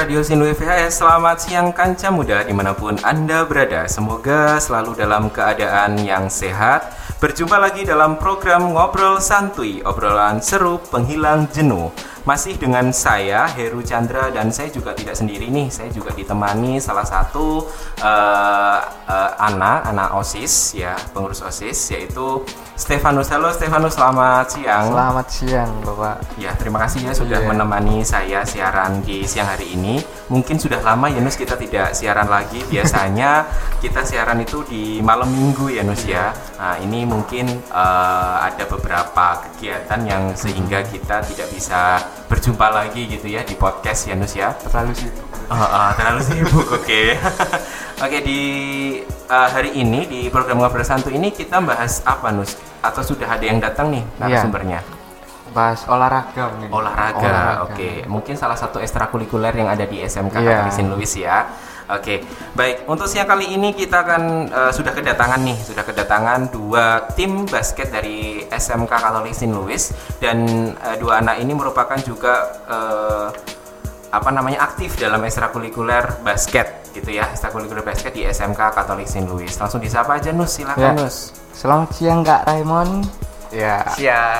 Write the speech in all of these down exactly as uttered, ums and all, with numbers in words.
Radio Sinlui V H S, selamat siang kanca muda dimanapun Anda berada. Semoga selalu dalam keadaan yang sehat. Berjumpa lagi dalam program Ngobrol Santuy, obrolan seru penghilang jenuh. Masih dengan saya, Heru Chandra, dan saya juga tidak sendiri nih. Saya juga ditemani salah satu uh, uh, anak, anak OSIS ya, pengurus OSIS, yaitu Stefanus. Halo Stefanus, selamat siang. Selamat siang Bapak. Ya, terima kasih ya sudah yeah. menemani saya siaran di siang hari ini. Mungkin sudah lama ya Nus kita tidak siaran lagi. Biasanya kita siaran itu di malam minggu ya Nus ya. Nah, ini mungkin uh, ada beberapa kegiatan yang sehingga kita tidak bisa berjumpa lagi gitu ya di podcast ya Nus ya. Terlalu sibuk. Oh, oh, terlalu sibuk, oke. Okay. Oke, okay, di uh, hari ini di program Ngobrol Santuy ini kita bahas apa Nus? Atau sudah ada yang datang nih narasumbernya? Iya. Bahas olahraga mungkin. Olahraga, olahraga. Oke. Okay. Mungkin salah satu ekstrakurikuler yang ada di S M K yeah. Katolik Saint Louis ya. Oke, okay. Baik. Untuk siang kali ini kita akan uh, sudah kedatangan nih, sudah kedatangan dua tim basket dari S M K Katolik Saint Louis, dan uh, dua anak ini merupakan juga uh, apa namanya aktif dalam ekstrakurikuler basket gitu ya, ekstrakurikuler basket di S M K Katolik Saint Louis. Langsung disapa aja Nus, silakan ya. Nus. Selamat siang Kak Raymond. Ya. Siang.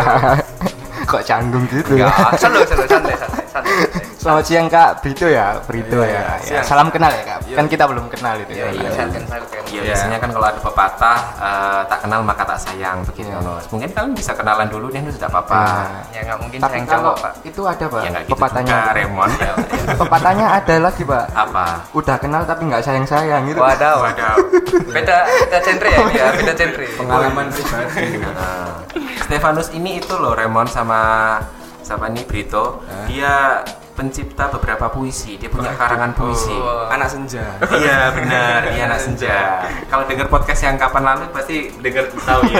Kok canggung gitu ya? Selalu, selalu, santai, santai, santai. Selamat siang Kak Brito ya, Brito ya. ya. ya. Salam kenal ya Kak. Ya. Kan kita belum kenal itu ya. Iya, iya. Ya, biasanya kan kalau ada pepatah uh, tak kenal maka tak sayang begitu ya. Nus. Mungkin kalian bisa kenalan dulu deh Nus, tidak apa-apa. Ya nggak mungkin sayang cowok Pak. Itu ada Pak. Ya, gitu pepatahnya. Juga, Raymond. Ya, ya. Pepatahnya ada lagi Pak. Apa? Udah kenal tapi nggak sayang-sayang gitu. Waduh, waduh. Beda, beda genre ya, ya beda genre. Pengalaman pribadi. Nah, Stefanus ini itu loh Raymond sama siapa nih Brito, eh? Dia pencipta beberapa puisi, dia punya karangan puisi. Oh, anak senja. Iya benar, dia anak senja. Kalau dengar podcast yang kapan lalu pasti dengar tahu ya.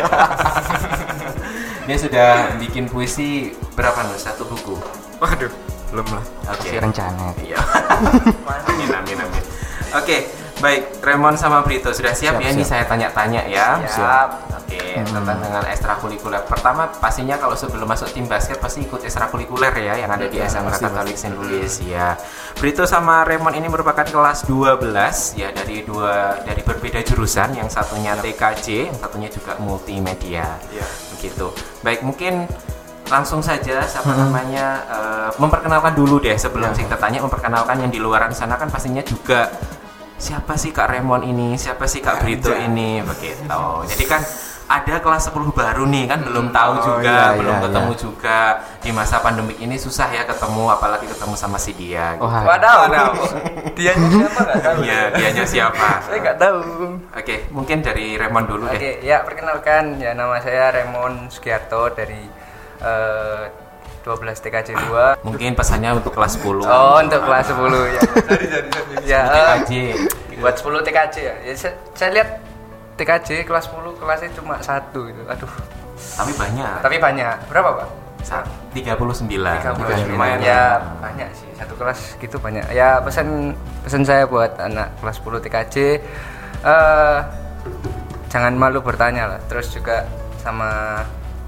Dia sudah bikin puisi berapa nih? Satu buku. Waduh, belum lah. Oke. Okay. Rencana. Iya. Amin amin amin. Oke, okay, baik Raymond sama Brito sudah siap, siap ya? Siap. Ini saya tanya-tanya ya. Siap. Oke, okay, hmm. tentang dengan ekstrakurikuler. Pertama pastinya kalau sebelum masuk tim basket pasti ikut ekstrakurikuler ya yang ada di S M K Katolik Saint Louis ya. Brito sama Raymond ini merupakan kelas dua belas ya, dari dua dari berbeda jurusan, yang satunya T K J, yang satunya juga multimedia. Ya. Begitu. Baik, mungkin langsung saja siapa hmm. namanya uh, memperkenalkan dulu deh sebelum ya. Kita tanya, memperkenalkan yang di luaran sana kan pastinya juga siapa sih Kak Raymond ini, siapa sih Kak Brito ya. Ini begitu. Jadi kan ada kelas sepuluh baru nih kan, belum tahu oh, juga, iya, belum iya, ketemu iya. juga. Di masa pandemik ini susah ya ketemu, apalagi ketemu sama si dia gitu. Oh, waduh, waduh. Dianya siapa nggak tahu. Iya, dianya siapa. Saya nggak tahu. Oke, mungkin dari Raymond dulu Oke, deh. Oke, ya perkenalkan, ya nama saya Raymond Sugiarto dari uh, dua belas T K J dua. Mungkin pesannya untuk kelas sepuluh. Oh, untuk kelas sepuluh ya. Jadi jadi ya. T K J. Buat sepuluh T K J ya. Ya saya, saya lihat T K J kelas sepuluh kelasnya cuma satu gitu. Aduh. Tapi banyak. Tapi banyak. Berapa, Pak? tiga puluh sembilan. tiga puluh sembilan. Lumayan ya, banyak sih. Satu kelas gitu banyak. Ya, pesan pesan saya buat anak kelas sepuluh T K J uh, jangan malu bertanya lah. Terus juga sama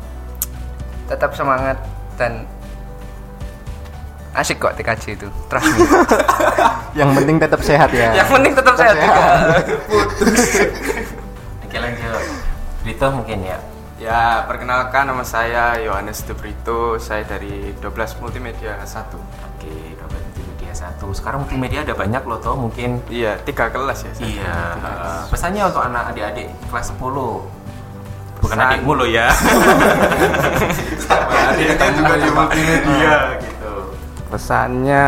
tetap semangat dan asik kok T K J itu. Trust me. Yang penting tetap sehat ya. Yang penting tetap, tetap sehat, sehat juga. Putus. Oke, lanjut. Brito mungkin ya. Ya, perkenalkan nama saya Yohanes De Brito. Saya dari dua belas Multimedia satu. Oke, dua belas Multimedia satu. Sekarang multimedia ada banyak loh toh, mungkin. Iya, tiga kelas ya. Iya. Uh, pesannya untuk anak adik-adik kelas sepuluh. Bukan Pesan. Adikmu loh ya. Adik kan juga di multimedia gitu. Pesannya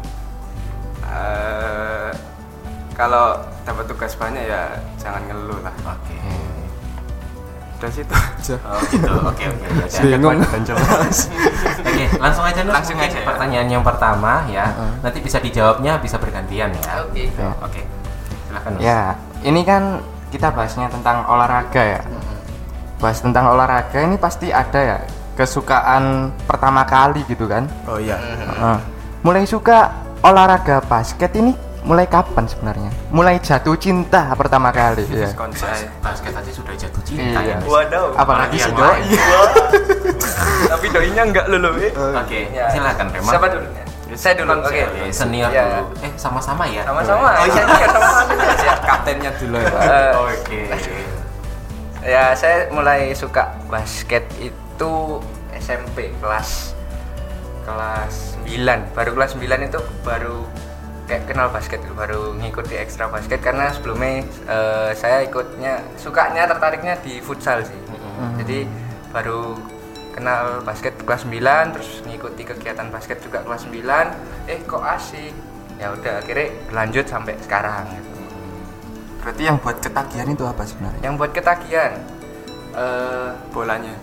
uh, kalau dapat tugas banyak ya jangan ngeluh lah. Oke. Okay. Udah situ aja. Oh gitu. Oke oke. Bingung dan jelas. Oke, langsung aja Nus. Langsung aja. Pertanyaan yang pertama ya. Uh-huh. Nanti bisa dijawabnya bisa bergantian ya. Oke. Okay. Oke. Okay. Silakan Nus. Ya, ini kan kita bahasnya tentang olahraga ya. Uh-huh. Bahas tentang olahraga ini pasti ada ya kesukaan pertama kali gitu kan. Oh iya. Uh-huh. Mulai suka olahraga basket ini mulai kapan sebenarnya? Mulai jatuh cinta pertama kali ya. Basket, basket aja sudah jatuh cinta iya. ya. Waduh. Apalagi si doi. Tapi doinya enggak lulu. Oke, okay. Ya. Silakan Rema. Siapa dulu? Saya dulu, oke. Eh, senior Ya. dulu. Eh sama-sama ya? Sama-sama. Oh, iya, sama-sama. Ya. Kaptennya dulu ya. Eh, Oke. Ya, saya mulai suka basket itu S M P kelas kelas sembilan. Baru kelas sembilan itu baru kayak kenal basket, baru ngikut di ekstra basket karena sebelumnya eh, saya ikutnya sukanya tertariknya di futsal sih. Jadi baru kenal basket kelas sembilan, terus ngikuti kegiatan basket juga kelas sembilan. Eh kok asik. Ya udah akhirnya lanjut sampai sekarang gitu. Berarti yang buat ketagihan itu apa sebenarnya? Yang buat ketagihan eh Bolanya.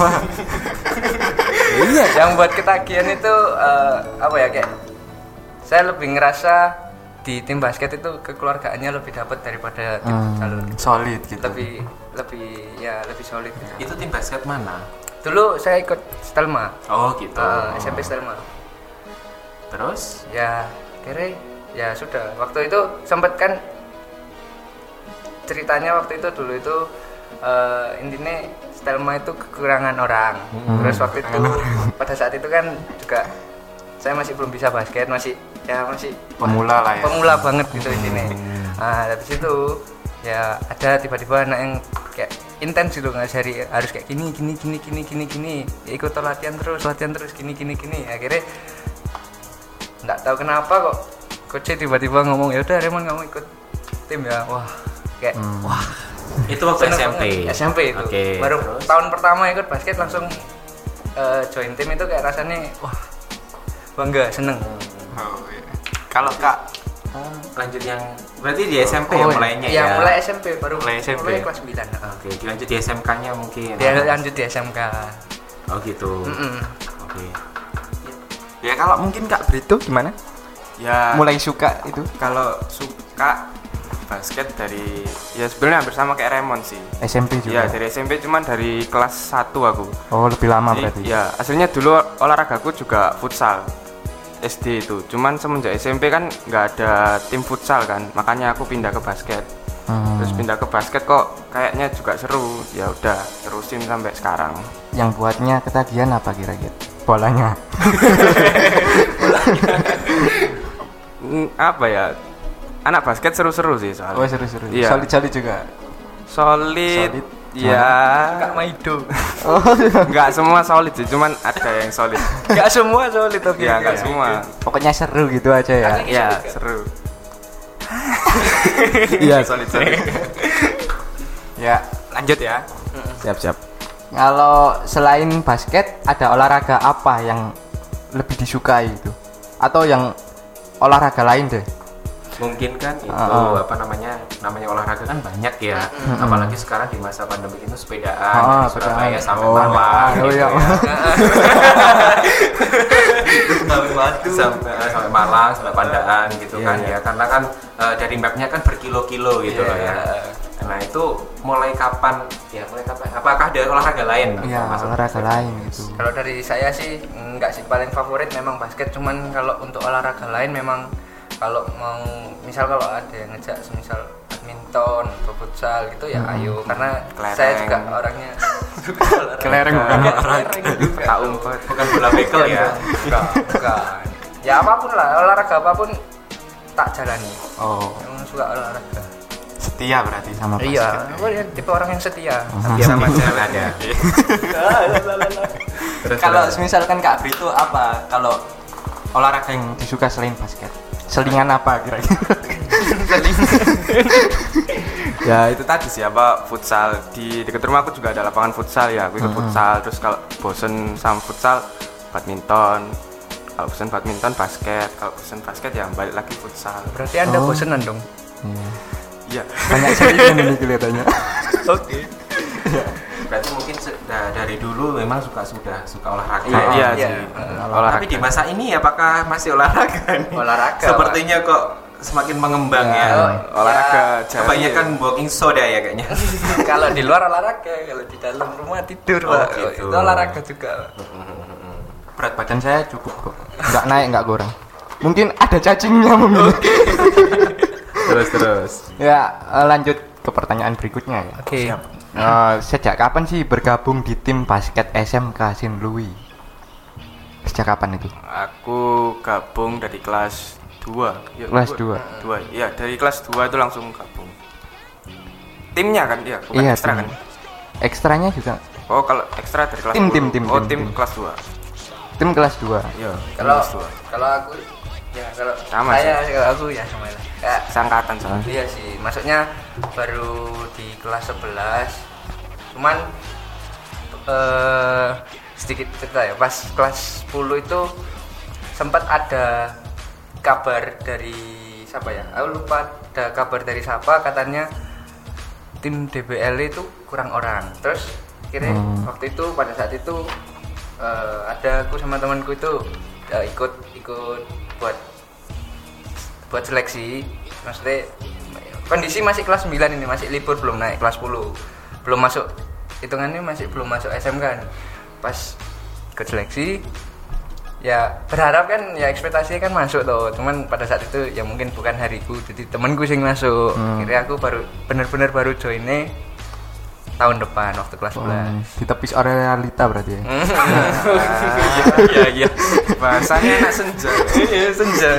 iya, yang buat ketagihan itu eh, apa ya, kayak saya lebih ngerasa di tim basket itu kekeluargaannya lebih dapat daripada tim futsal. Hmm, solid gitu. Lebih lebih ya lebih solid gitu. Itu tim basket mana? Dulu saya ikut Stelma. Oh gitu. eh, S M P Stelma. Terus? Ya kira ya sudah, waktu itu sempat kan ceritanya waktu itu dulu itu uh, intinya Stelma itu kekurangan orang. Hmm. Terus waktu itu pada saat itu kan juga saya masih belum bisa basket, masih ya masih Pemula lah ya. pemula banget gitu intinya. Nah dari situ ya ada tiba-tiba anak yang kayak intens gitu ngajari harus kayak gini gini gini gini gini gini, ya, ikut latihan terus latihan terus gini gini gini. Akhirnya nggak tahu kenapa kok coach tiba-tiba ngomong ya udah Raymond kamu ikut tim ya. Wah kayak Hmm. wah Itu waktu seneng S M P. banget. S M P itu Oke. baru Terus? tahun pertama ikut basket langsung eh, join tim itu kayak rasanya wah bangga seneng. Oh, iya. Kalau Kak Lanjut yang berarti di S M P ya Oh, mulainya ya, ya. mulai S M P baru Mulai S M P. mulai kelas sembilan. Heeh. Oke, dilanjut di S M K-nya mungkin. Dia lanjut di S M K. Oh gitu. Mm-mm. Oke. Ya kalau mungkin Kak Brito gimana? ya Mulai suka itu kalau suka basket dari ya sebenarnya hampir sama kayak Raymond sih. S M P Ya juga. dari S M P cuman dari kelas satu aku. Oh, lebih lama Jadi, berarti. ya aslinya dulu olahragaku juga futsal S D itu. Cuman semenjak S M P kan nggak ada tim futsal kan, makanya aku pindah ke basket. Hmm. Terus pindah ke basket kok kayaknya juga seru. Ya udah terusin sampai sekarang. Yang buatnya ketagihan apa kira-kira? Bolanya. Hmm, apa ya? Anak basket seru-seru sih soalnya. Oh, seru-seru. Iya. Solid-solid juga. Solid. Solid. Ya. Kak Maido. Nggak semua solid sih, cuman ada yang solid. Enggak semua solid oke. Ya nggak semua. Pokoknya seru gitu aja ya. Ya seru. Iya solid solid. Ya, Lanjut ya. Siap-siap. kalau selain basket ada olahraga apa yang lebih disukai itu? Atau yang olahraga lain deh? Mungkin kan itu Ah, ah. apa namanya namanya olahraga kan banyak ya. Apalagi sekarang di masa pandemi itu sepedaan Ah, dari Surabaya sepedaan. sampai Oh, Malang oh, gitu iya. ya. sampai Batu sampai, sampai Malang sampai Pandaan gitu Iya, kan iya. ya, karena kan eh, dari mapnya kan berkilo-kilo gitu loh ya. Nah itu mulai kapan ya mulai kapan apakah ada olahraga lain Iya, masuk? olahraga lain gitu. Kalau dari saya sih enggak sih, paling favorit memang basket, cuman kalau untuk olahraga lain memang kalau mau misal kalau ada yang ngejak semisal badminton atau futsal gitu ya ayo, karena Kelereng. saya juga orangnya suka olahraga. Kelereng bukan Enggak, olahraga. kelereng juga. Tak umpet. Bukan bola bekel ya. Enggak, bukan. Ya apapun lah, olahraga apapun tak jalani. Oh, Memang suka olahraga. setia berarti sama basket. Iya, aku ya tipe orang yang setia. Sama jalan ada. Terus, Kalau terus. misalkan Kak Brito apa kalau olahraga yang disuka selain basket? Selingan apa kira-kira? Ya itu tadi sih apa futsal di dekat rumah aku juga ada lapangan futsal ya. Aku ikut futsal. Terus kalau bosen sama futsal badminton. Kalau bosen badminton basket. Kalau bosen basket ya balik lagi futsal. Berarti Anda Oh. bosenan dong. Iya. Iya. Banyak selingan ini kelihatannya. Oke. Berarti mungkin se- da- dari dulu memang suka sudah suka olahraga. Iya, iya iya. sih. Eh, Olahraga. Tapi di masa ini apakah masih olahraga nih? Olahraga, Sepertinya kok semakin mengembang ya. Oh, olahraga ya, Kebanyakan walking soda ya kayaknya. kalau di luar olahraga, kalau di dalam rumah tidur, Oh, Pak. gitu. Itu olahraga juga. Berat badan saya cukup kok. Enggak naik, enggak kurang. Mungkin ada cacingnya mungkin. Terus terus. Ya, eh, lanjut ke pertanyaan berikutnya ya. Oke. Eh, sejak kapan sih bergabung di tim basket S M K Saint Louis? Sejak sejak kapan itu? Aku gabung dari kelas dua. Ya, Kelas dua. dua. Iya, dari kelas dua itu langsung gabung. Timnya kan dia, bukan Iya, ekstra tim. kan? Ekstranya juga Oh, kalau ekstra dari kelas Tim, sepuluh. tim, tim, Oh, tim, tim, tim. kelas dua. tim kelas dua. Iya, Kalau kelas dua. kalau aku ya kalau Sama saya kalau aku ya sama lah. Kayak Sangkatan soalnya. iya sih, maksudnya baru di kelas sebelas. Cuman eh sedikit cerita ya, pas kelas sepuluh itu sempat ada kabar dari siapa ya? Aku lupa, ada kabar dari siapa katanya tim D B L itu kurang orang. Terus kira Hmm. waktu itu pada saat itu eh, ada aku sama temanku itu eh, ikut ikut buat buat seleksi. Maksudnya kondisi masih kelas sembilan ini, masih libur, belum naik kelas sepuluh, belum masuk, hitungannya masih belum masuk S M kan. Pas ikut seleksi ya berharap kan, ya ekspektasinya kan masuk tuh, cuman pada saat itu ya mungkin bukan hariku, jadi temanku sing masuk. Hmm. Kira aku baru bener-bener baru joinnya tahun depan waktu kelas sebelas. Oh, ditepis oleh realita berarti ya. Iya, iya. Bahasanya enak senja. Iya senja.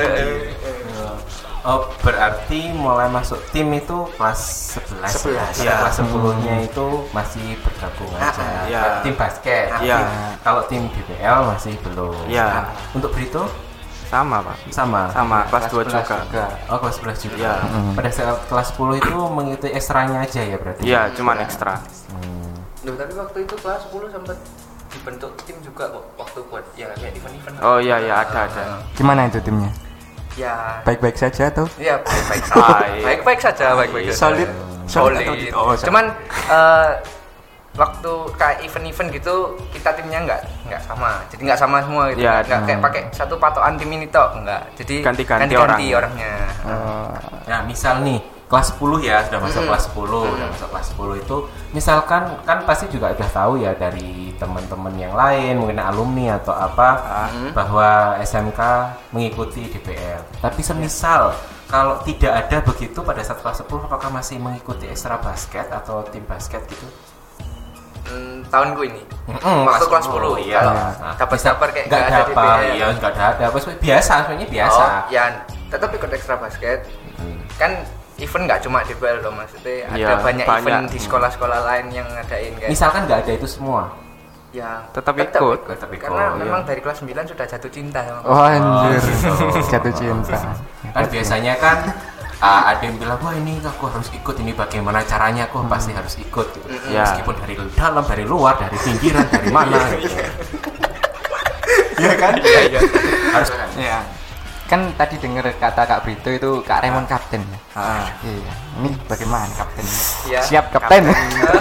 Oh, berarti mulai masuk tim itu kelas sebelas. sebelas. Ya, Ya. kelas sepuluh-nya itu masih bergabung aja. ya. Tim basket. Ya. Kalau tim D B L masih belum. Ya. Untuk Brito Sama, Pak. sama. Sama, kelas dua sebelas juga. Oh, kelas sebelas juga. Ya. Pada saat kelas sepuluh itu mengikuti ekstranya aja ya berarti. Iya, cuman ekstra. Hmm. Loh, tapi waktu itu kelas sepuluh sempat dibentuk tim juga kok, waktu buat ya kayak event-event. Oh iya, iya, ada, ada. Gimana itu timnya? Ya, Baik-baik saja tuh? ya baik-baik saja. Baik. Baik-baik saja, baik-baik saja. Solid. Solid. atau tidak? Oh, Cuman eh, waktu kayak event-event gitu kita timnya nggak nggak sama, jadi nggak sama semua gitu. Ya, nggak kayak pakai satu patokan tim ini tok, nggak. Jadi Ganti-ganti ganti-ganti orang. orangnya. Oh, Nah, misal nih kelas sepuluh ya, sudah masuk Hmm. kelas sepuluh, udah masuk kelas sepuluh itu misalkan kan pasti juga udah tahu ya dari teman-teman yang lain, mungkin alumni atau apa, bahwa S M K mengikuti D B L. Tapi semisal kalau tidak ada begitu pada saat kelas sepuluh, apakah masih mengikuti ekstra basket atau tim basket gitu? Hmm, tahunku ini. Mm-mm, Waktu kelas sepuluh, iya. kalau Nah, dapat-dapat kayak nggak nggak ada dapat, D B L. iya nggak ada, Pas- biasa, sebenarnya biasa. Oh, ya tetap ikut ekstra basket. Hmm. Kan event nggak cuma D B L loh, maksudnya ada Iya, banyak, banyak. event di sekolah-sekolah lain yang ngadain kayak. Misalkan nggak ada itu semua. Ya, Tetap ikut. Tetap ikut, Karena iya. memang dari kelas sembilan sudah jatuh cinta sama oh anjir. gitu. Jatuh cinta. Kan biasanya kan uh, ada yang bilang, wah ini aku harus ikut, ini bagaimana caranya, aku pasti harus ikut gitu. Ya. Meskipun dari dalam, dari luar, dari pinggiran, dari mana gitu. Iya kan? Iya, iya. Harus kan? Ya. Kan tadi dengar kata Kak Brito itu Kak Raymond kapten ya. Ah. Iya. Ini bagaimana kapten? Iya. Siap kapten.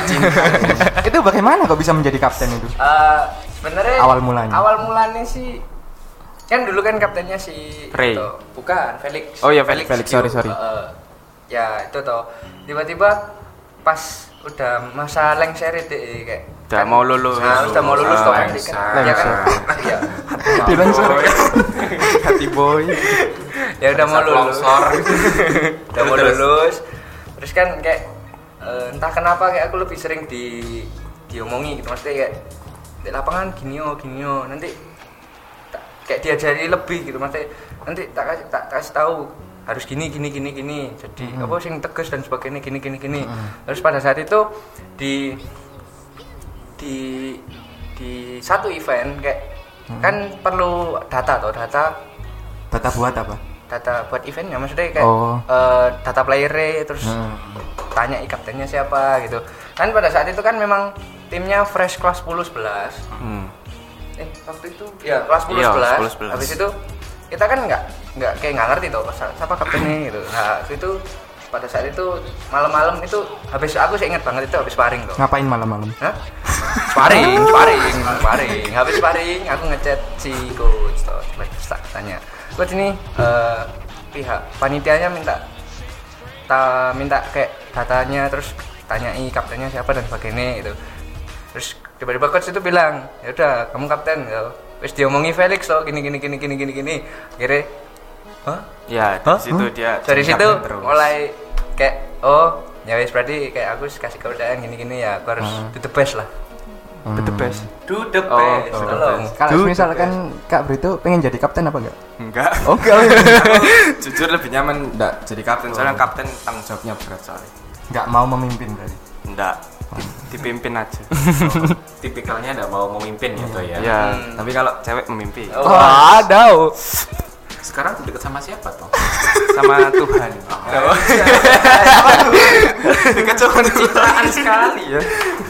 Itu bagaimana kok bisa menjadi kapten itu? Eh, sebenarnya Awal mulanya. Awal mulanya sih kan dulu kan kaptennya si Ray. itu. Bukan, Felix. Oh iya, Felix, Felix, sorry, Dio. sorry. Eh, ya, itu toh. Tiba-tiba pas udah masa lengser deh kayak Udah mau lulus. Nah, udah mau lulus Ah, toh. lengser. Ya kan? Iya. Di lengser. Hati boy. Ya udah mau Pada saat lulus. longsor. Udah mau Terus. lulus. Terus kan kayak eh, entah kenapa kayak aku lebih sering di diomongi gitu, maksudnya kayak di lapangan gini oh gini oh, nanti tak- kayak diajari lebih gitu, maksudnya nanti tak kasih tak, tak kasih tahu harus gini gini gini gini, jadi apa sing tegas dan sebagainya gini gini gini. Terus pada saat itu di di di satu event kayak kan perlu data atau data Data buat apa? data buat eventnya, maksudnya kayak Oh. eh, data player terus Hmm. tanya kaptennya siapa gitu kan. Pada saat itu kan memang timnya fresh kelas sepuluh sebelas. Hmm. Eh waktu itu ya kelas sepuluh Iya, sebelas. sepuluh sebelas. Habis itu kita kan nggak nggak kayak nggak ngerti tuh siapa kaptennya gitu. Nah waktu itu pada saat itu malam-malam itu habis, aku sih ingat banget itu habis sparring tuh. Ngapain malam-malam? Hah? Sparring, sparring, sparring. Habis sparring, aku ngechat si coach tuh, coba tanya, coach ini eh, pihak panitianya minta ta, minta kayak datanya, terus tanyai kaptennya siapa dan sebagainya gitu. Terus tiba-tiba coach itu bilang, ya udah kamu kapten gitu. Terus diomongi Felix loh, gini gini gini gini gini gini. Akhirnya, hah? Ya, di Hah? situ dia Dari jadi situ kapten terus. mulai kayak oh ya wis berarti kayak aku kasih kepercayaan gini-gini ya, aku harus Hmm. do the best lah. Be the best. Do the Oh, best. do the Tolong. best. Kalau Dude, misalkan Kak Brito pengen jadi kapten apa enggak? Enggak. Oh, enggak. Jujur lebih nyaman enggak jadi kapten. Soalnya kapten tanggung jawabnya berat soalnya. Enggak mau memimpin berarti. Enggak. Di- dipimpin aja. Tipikalnya ada mau memimpin gitu ya. Ya, tapi kalau cewek memimpin Oh, ada. Sekarang deket sama siapa tuh? sama Tuhan. Dekat sama pencitraan sekali ya.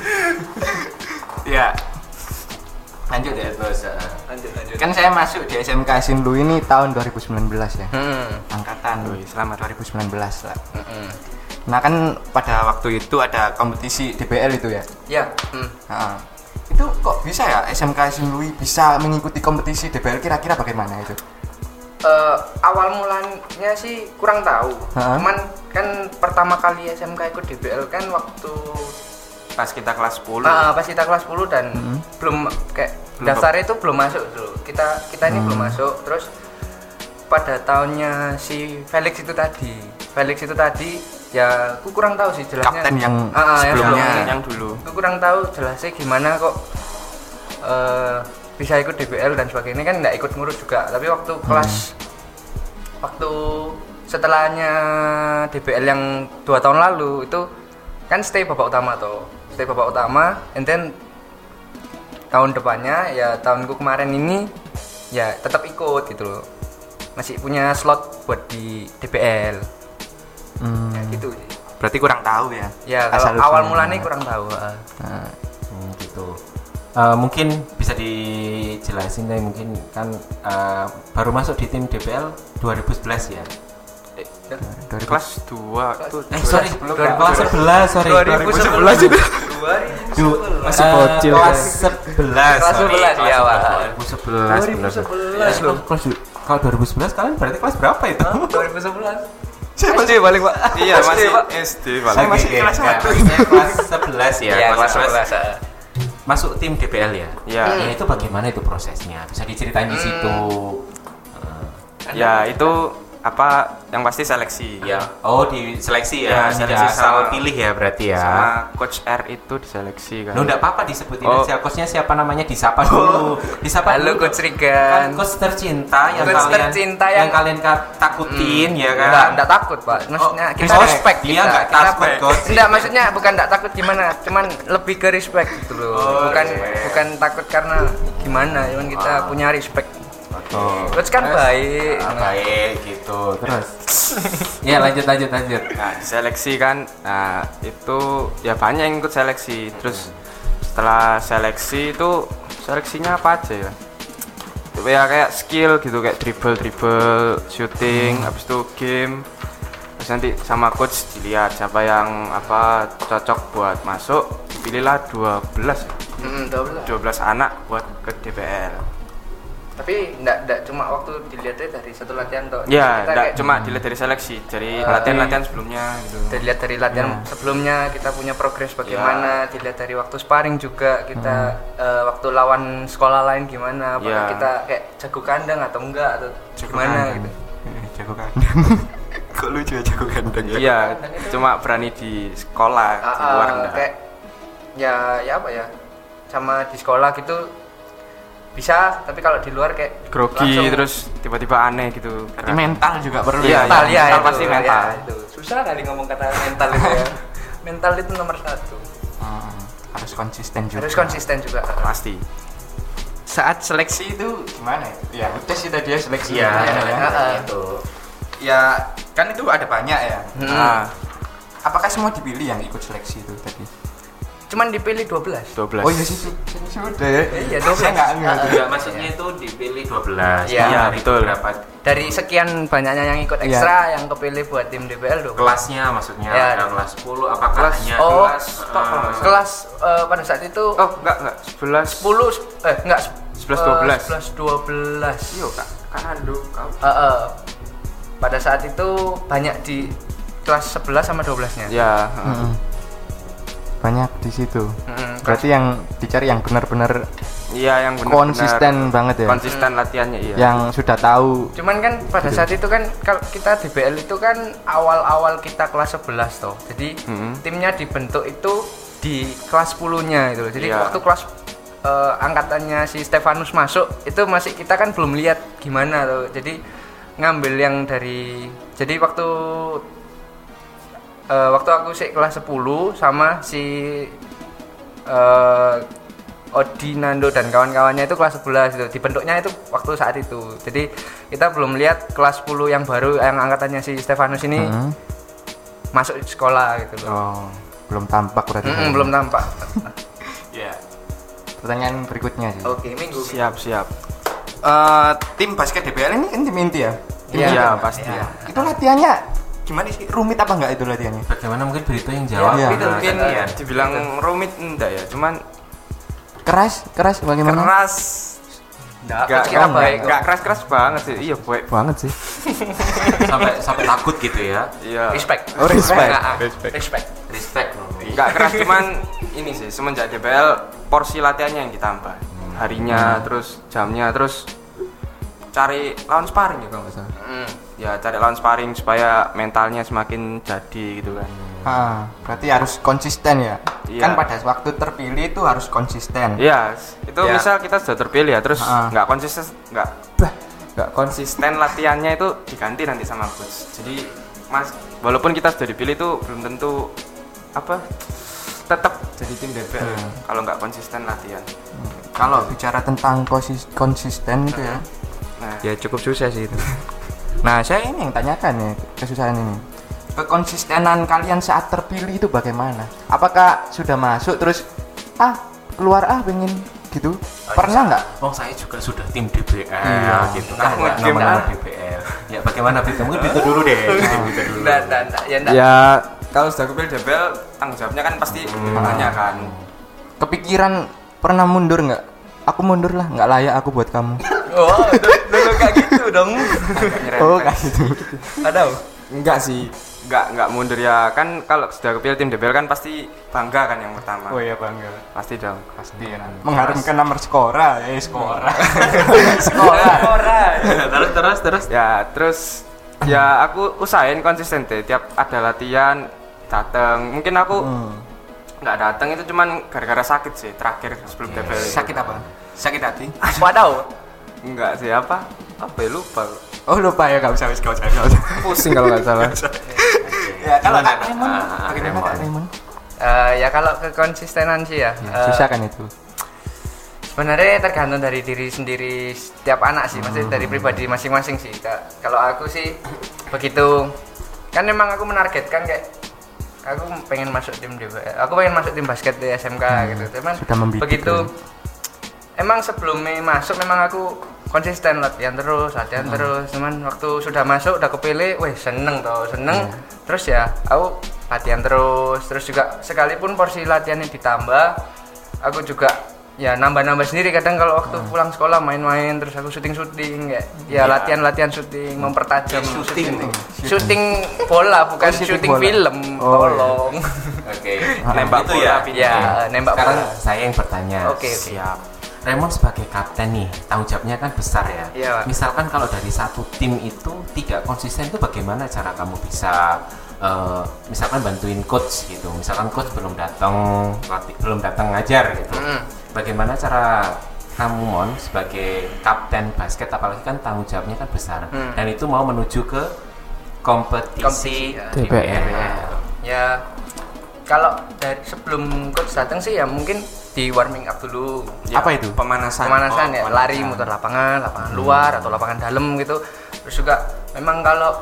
Ya. Lanjut ya, Bos. Lanjut lanjut. Kan saya masuk di S M K Sinlu ini tahun dua ribu sembilan belas ya. Hmm. Angkatan Wih, selamat. dua ribu sembilan belas lah. Mm-mm. Nah kan pada waktu itu ada kompetisi D B L itu ya. Ya. Hmm. Nah, itu kok bisa ya S M K Sinlu bisa mengikuti kompetisi D B L, kira-kira bagaimana itu? Eh, awal mulanya sih kurang tahu. Ha? Cuman kan pertama kali S M K ikut D B L kan waktu Pas kita kelas sepuluh. ah, pas kita kelas sepuluh dan Hmm. belum kayak Belum daftar itu belum masuk dulu. Kita kita ini belum masuk. Terus pada tahunnya si Felix itu tadi. Felix itu tadi ya aku kurang tahu sih jelasnya. Kapten yang Ah, ah, sebelumnya. sebelumnya. yang dulu. Aku kurang tahu jelasnya gimana kok eh, bisa ikut D B L dan sebagainya, kan nggak ikut ngurus juga. Tapi waktu kelas waktu setelahnya D B L yang dua tahun lalu itu kan stay babak utama tuh, stay babak utama, and then tahun depannya ya tahunku kemarin ini ya tetap ikut gitu loh, masih punya slot buat di D B L. Hmm, Ya, gitu sih. berarti kurang tahu ya. Ya Asal kalau awal usulnya. mulanya kurang tahu. ah. Nah, Hmm, gitu. Eh, mungkin bisa dijelasin deh, mungkin kan eh, baru masuk di tim D B L dua ribu sebelas ya. dari Kelas dua itu Eh sorry, dua ribu kelas sebelas, sorry. dua ribu sebelas itu Du- Masih eh, bocil, kelas kan? sebelas. Kelas sorry. sebelas, Kelas iya, Pak. dua ribu sebelas. dua ribu sebelas Eh, loh. kelas du- Kalau dua ribu sebelas kalian berarti kelas berapa itu? dua ribu sebelas Saya S D paling Pak. Iya, S D, masih Pak. S D paling. Saya masih Oke, kelas ya, satu. maksudnya kelas sebelas ya. Iya, kelas sebelas. ah. Masuk tim D B L ya. Ya. Ya, itu bagaimana itu prosesnya? Bisa diceritain di situ. Ya, itu apa yang pasti seleksi. Ya. Oh, di seleksi Ya, ya. Tidak seleksi asal sama- pilih ya berarti ya. Sama coach R itu diseleksi kan. Lo enggak apa-apa disebutin Oh. aja coachnya siapa namanya, disapa dulu. Disapa Halo, dulu. Coach Kan Rigan. coach tercinta yang Coach kalian tercinta yang, yang- kalian ka- takutin ya kan. Enggak, enggak takut, Pak. Maksudnya Oh, kita respect. respect Dia kita. enggak Kita takut, respect. Coach. Enggak, maksudnya bukan enggak takut gimana, cuman lebih ke respect gitu loh. Oh, bukan respect. bukan takut karena gimana, cuman kita punya respect. Oh. Coach kan baik. Ah, baik gitu. Terus. Ya lanjut lanjut lanjut. Nah, seleksi kan. Nah, itu ya banyak yang ikut seleksi. Terus setelah seleksi itu seleksinya apa aja ya? Ya kayak skill gitu, kayak dribble, dribble, shooting, habis itu game. Terus nanti sama coach dilihat siapa yang apa cocok buat masuk. Dipilihlah dua belas Hmm, dua belas. dua belas anak buat ke D B L. Tapi enggak enggak cuma waktu dilihatnya dari satu latihan toh. Ya, Kita enggak kayak cuma dilihat dari seleksi, dari Eh, latihan-latihan sebelumnya gitu. dilihat dari latihan Ya. sebelumnya kita punya progres bagaimana, dilihat dari waktu sparring juga kita eh, waktu lawan sekolah lain gimana, apakah Ya. kita kayak jago kandang atau enggak atau gimana gitu. jago kandang. Kok lucu ya jago kandang ya? Iya, cuma berani di sekolah, Ah, di luar ah, enggak. kayak ya ya apa ya, sama di sekolah gitu bisa, tapi kalau di luar kayak Grogi langsung- terus tiba-tiba aneh gitu. Berarti mental juga perlu Iya, ya. mental ya, mental itu, pasti ya, mental. itu. Susah kali ngomong kata mental itu ya. Mental itu nomor satu. Hmm, harus konsisten juga. Harus konsisten juga. Pasti. Saat seleksi itu gimana ya? Ya udah sih tadi ya seleksi. Iya, ya, ya. Ah, itu. Ya kan itu ada banyak ya. Hmm. Nah, Apakah semua dipilih yang ikut seleksi itu tadi? Cuman dipilih dua belas. dua belas. Oh iya sih, sih, sudah ya. Iya, dua belas. Saya nggak ngerti. Enggak, maksudnya itu dipilih dua belas. Iya, Dari betul. Berapa Dari sekian banyaknya yang ikut Iya. ekstra yang kepilih buat tim D B L dua belas. kelasnya maksudnya Ya. yang kelas sepuluh apakah Kelas hanya oh, kelas eh, kelas eh, pada saat itu Oh, enggak, enggak. sebelas. sepuluh eh enggak sebelas, dua belas. sebelas dua belas. Yo, Kak. Kan Ando kau. Eh, eh. Pada saat itu banyak di kelas sebelas sama dua belas-nya. Ya, Mm-mm. Banyak di situ. Mm, Berarti yang dicari yang benar-benar iya yang benar. konsisten banget ya. Konsisten latihannya iya. Yang sudah tahu. Cuman kan pada saat itu kan kalau kita D B L itu kan awal-awal kita kelas sebelas toh. Jadi Mm-mm. timnya dibentuk itu di kelas sepuluh-nya itu loh. Jadi Iya. waktu kelas uh, angkatannya si Stefanus masuk itu masih kita kan belum lihat gimana tuh. Jadi ngambil yang dari jadi waktu uh, waktu aku sih kelas sepuluh sama si uh, Odi, Nando dan kawan-kawannya itu kelas sebelas itu. Dibentuknya itu waktu saat itu. Jadi kita belum lihat kelas sepuluh yang baru yang angkatannya si Stefanus ini hmm. masuk di sekolah gitu loh. Oh, belum tampak berarti. Mm-mm, belum tampak. Ya. Pertanyaan berikutnya sih. Oke, minggu. Siap, siap. Uh, tim basket D B L ini kan tim inti ya? Iya, ya, ya, pasti. Ya. Itu latihannya gimana sih? Rumit apa enggak itu latihannya? Bagaimana mungkin Brito yang jawab? Ya, itu Nah, mungkin kan, ya. Dibilang rumit enggak ya, cuman Keras, keras bagaimana? keras. Enggak, Enggak, kira baik. enggak keras-keras banget sih. Iya, baik Banget sih. sampai sampai takut gitu ya. Iya. Respect. Oh, respect. Nah, Respect. Respect. Respect. Enggak keras, cuman ini sih semenjak D B L porsi latihannya yang ditambah. Harinya, terus jamnya, terus cari lawan sparring ya kalau nggak salah. Mm. Ya cari lawan sparring supaya mentalnya semakin jadi gitu kan. Ah, berarti harus konsisten ya. Iya. Kan pada waktu terpilih itu harus konsisten. Iya, itu Ya. misal kita sudah terpilih ya, terus Ah. nggak konsisten, nggak, nggak konsisten latihannya itu diganti nanti sama coach. Jadi mas, walaupun kita sudah dipilih itu belum tentu apa, tetap jadi tim D B L Hmm. kalau nggak konsisten latihan. Kalau bicara tentang konsis- konsisten itu ya. Nah, Ya cukup susah sih itu. Nah, saya ini yang tanyakan ya kesusahan ini. Kekonsistenan kalian saat terpilih itu bagaimana? Apakah sudah masuk terus ah keluar ah pengen gitu? Pernah nggak? Oh, saya juga sudah tim D B L Iya. gitu kan. Nah, Nama-nama D B L. Ya bagaimana Brito? Mungkin Brito dulu deh. Brito dulu. Enggak, enggak, enggak. Ya enggak. ya kalau sudah kepilih D B L tanggung jawabnya kan pasti makanya kan. Kepikiran pernah mundur nggak? Aku mundur lah, nggak layak aku buat kamu. Oh, dulu kayak gitu dong. Oh, kayak gitu. Ada. Enggak sih, enggak enggak mundur ya kan. Kalau sudah kepilih tim D B L kan pasti bangga kan yang pertama. Oh iya bangga. Pasti dong. Pasti ya. Mengharumkan nomor skora, eh skora. Skora. terus terus terus. Ya terus ya aku usahain konsisten deh. Tiap ada latihan datang. Mungkin aku nggak datang itu cuman gara-gara sakit sih terakhir sebelum D B L. Sakit apa? Sakit hati? Waduh. Enggak sih apa? Apa ya lupa. Oh lupa ya, nggak usah, nggak usah, nggak usah. Pusing kalau nggak salah. Ya kalau Gimana? Kak Raymond, Ah, bagaimana Raymond. Kak Raymond? Eh, ya kalau kekonsistenan sih ya. eh, Susah kan itu? Sebenarnya tergantung dari diri sendiri setiap anak sih, maksudnya dari pribadi masing-masing sih. Ka- Kalau aku sih begitu, kan memang aku menargetkan kayak aku pengen masuk tim D B L, aku pengen masuk tim basket di S M K gitu. Cuman sudah membidik begitu, ya. emang sebelumnya masuk memang aku konsisten latihan terus, latihan terus. Cuman waktu sudah masuk, udah kepilih, weh seneng toh, seneng. Terus ya aku latihan terus, terus juga sekalipun porsi latihannya ditambah, aku juga ya nambah-nambah sendiri. Kadang kalau waktu pulang sekolah main-main, terus aku syuting-syuting kayak ya latihan-latihan syuting, mempertajam syuting. Syuting bola bukan Oh, syuting syuting bola. film, Oh, tolong. Oke. Nembak Itu bola, ya. Ya, nembak Sekarang bola. saya yang bertanya. Oke, oke. Siap. Raymond sebagai kapten nih, tanggung jawabnya kan besar ya. Iya, Pak. Misalkan kalau dari satu tim itu tidak konsisten itu bagaimana cara kamu bisa eh, misalkan bantuin coach gitu. Misalkan coach belum datang, latih- belum datang ngajar gitu. Mm. Bagaimana cara kamu Mon sebagai kapten basket, apalagi kan tanggung jawabnya kan besar Hmm. dan itu mau menuju ke kompetisi Kompetisi, D B L. Ya kalau dari sebelum coach datang sih ya mungkin di warming up dulu. Ya, Apa itu? Pemanasan. Pemanasan Oh, ya, lari muter lapangan, lapangan luar atau lapangan dalam gitu. Terus juga memang kalau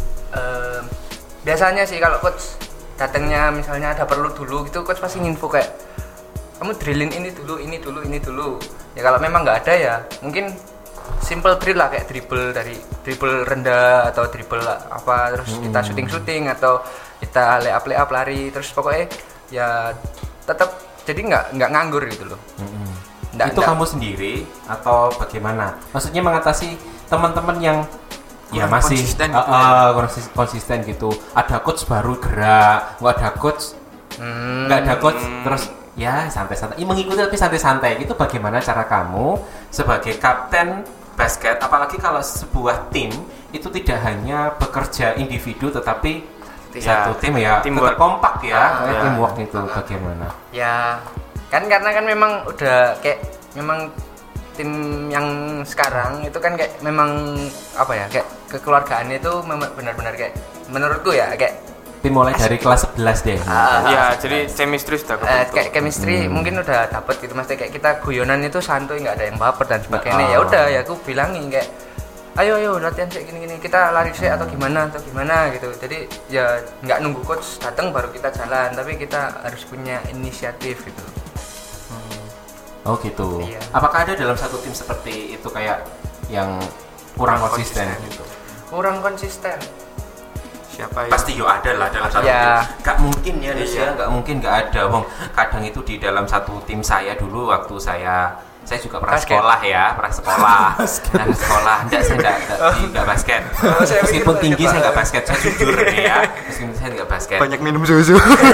eh, biasanya sih kalau coach datangnya misalnya ada perlu dulu gitu, coach pasti nginfo kayak kamu drillin ini dulu, ini dulu, ini dulu. Ya kalau memang nggak ada ya mungkin simple drill lah kayak dribble dari dribble rendah atau dribble apa terus kita syuting syuting atau kita lay up lay up lari terus pokoknya ya tetap jadi nggak nggak nganggur gitu loh. Nggak- itu nggak- kamu sendiri atau bagaimana? Maksudnya mengatasi teman-teman yang ya Kurang masih konsisten uh, gitu uh, konsis- konsisten gitu. Ada coach baru gerak, nggak ada coach, Hmm. nggak ada coach terus ya santai-santai. Ya, mengikuti tapi santai-santai. Itu bagaimana cara kamu sebagai kapten basket? Apalagi kalau sebuah tim itu tidak hanya bekerja individu tetapi Ya, satu tim ya teamwork. tetap kompak ya, Ah, kayak ya. teamwork itu bagaimana? Ya Kan karena kan memang udah kayak memang tim yang sekarang itu kan kayak memang apa ya kayak kekeluargaannya itu memang benar-benar kayak menurutku ya kayak tim mulai dari kelas sebelas deh. Ah, Iya, ah, jadi chemistry sudah eh, kebentuk. kayak chemistry Hmm. mungkin udah dapet gitu maksudnya kayak kita guyonan itu santuy nggak ada yang baper dan sebagainya. Ah. Ya udah ya aku bilangin kayak ayo ayo latihan sih gini-gini kita lari sih atau gimana atau gimana gitu. Jadi ya nggak nunggu coach datang baru kita jalan, tapi kita harus punya inisiatif gitu. Oh gitu. Iya. Apakah ada dalam satu tim seperti itu kayak yang kurang konsisten gitu? Kurang konsisten. Siapa ya? Pasti yo ada lah dalam satu Ya. tim. Gak mungkin ya, Nus, Iya. ya, gak mungkin gak ada. Wong kadang itu di dalam satu tim saya dulu waktu saya saya juga pernah Basket. sekolah ya, pernah sekolah, pernah sekolah. Enggak, saya enggak, enggak, enggak basket. Oh, saya Meskipun pikir tinggi banyak saya enggak banget. basket, saya jujur nih ya. Meskipun saya enggak basket. Banyak minum susu.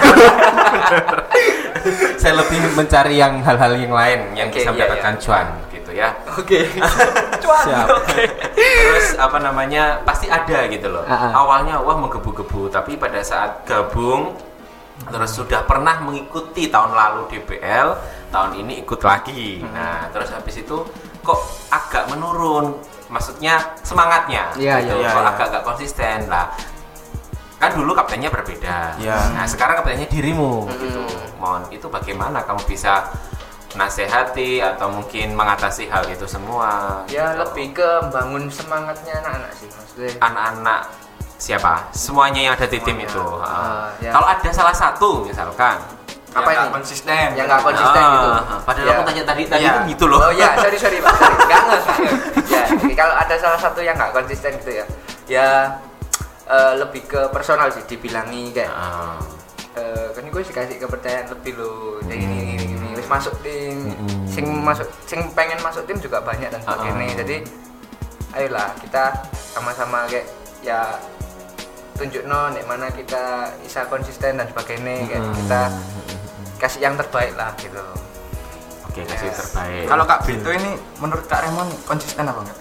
Saya lebih mencari yang hal-hal yang lain yang Oke, bisa iya, mendapatkan cuan gitu ya. Oke. Cuan. Siap. Oke. Terus apa namanya pasti ada gitu loh. Ah, ah. Awalnya wah menggebu-gebu, tapi pada saat gabung terus sudah pernah mengikuti tahun lalu D B L, tahun ini ikut lagi. Hmm. Nah terus habis itu kok agak menurun, maksudnya semangatnya. Iya, gitu. iya, Kok iya. agak agak konsisten lah. Kan dulu kaptennya berbeda. Iya. Nah sekarang kaptennya dirimu Hmm. gitu. Mon itu bagaimana kamu bisa nasihati atau mungkin mengatasi hal itu semua? Ya gitu. lebih ke bangun semangatnya anak-anak sih maksudnya. Anak-anak siapa? Semuanya yang ada di tim Semuanya. itu. Ah, Ah. ya. Kalau ada salah satu misalkan Apa Yang ini? nggak konsisten. Yang nggak konsisten Ah, gitu. Padahal Ya. aku tanya tadi tadi Ya. kan gitu loh. Oh ya, sorry sorry Pak. Sorry. Nggak nggak nggak. Ya, kalau ada salah satu yang nggak konsisten gitu ya. Ya eh, lebih ke personal sih dibilangi kayak Ah. eh, kan gue sih kasih kepercayaan lebih lo kayak gini gini gini wis masuk tim Mm-mm. sing masuk sing pengen masuk tim juga banyak dan sebagainya Ah. jadi ayolah kita sama-sama kayak ya tunjuk no nek mana kita bisa konsisten dan sebagainya kayak Mm-mm. kita kasih yang terbaik lah gitu. Oke, kasih Yes. terbaik. Kalau Kak Brito ini menurut Kak Remon konsisten apa enggak?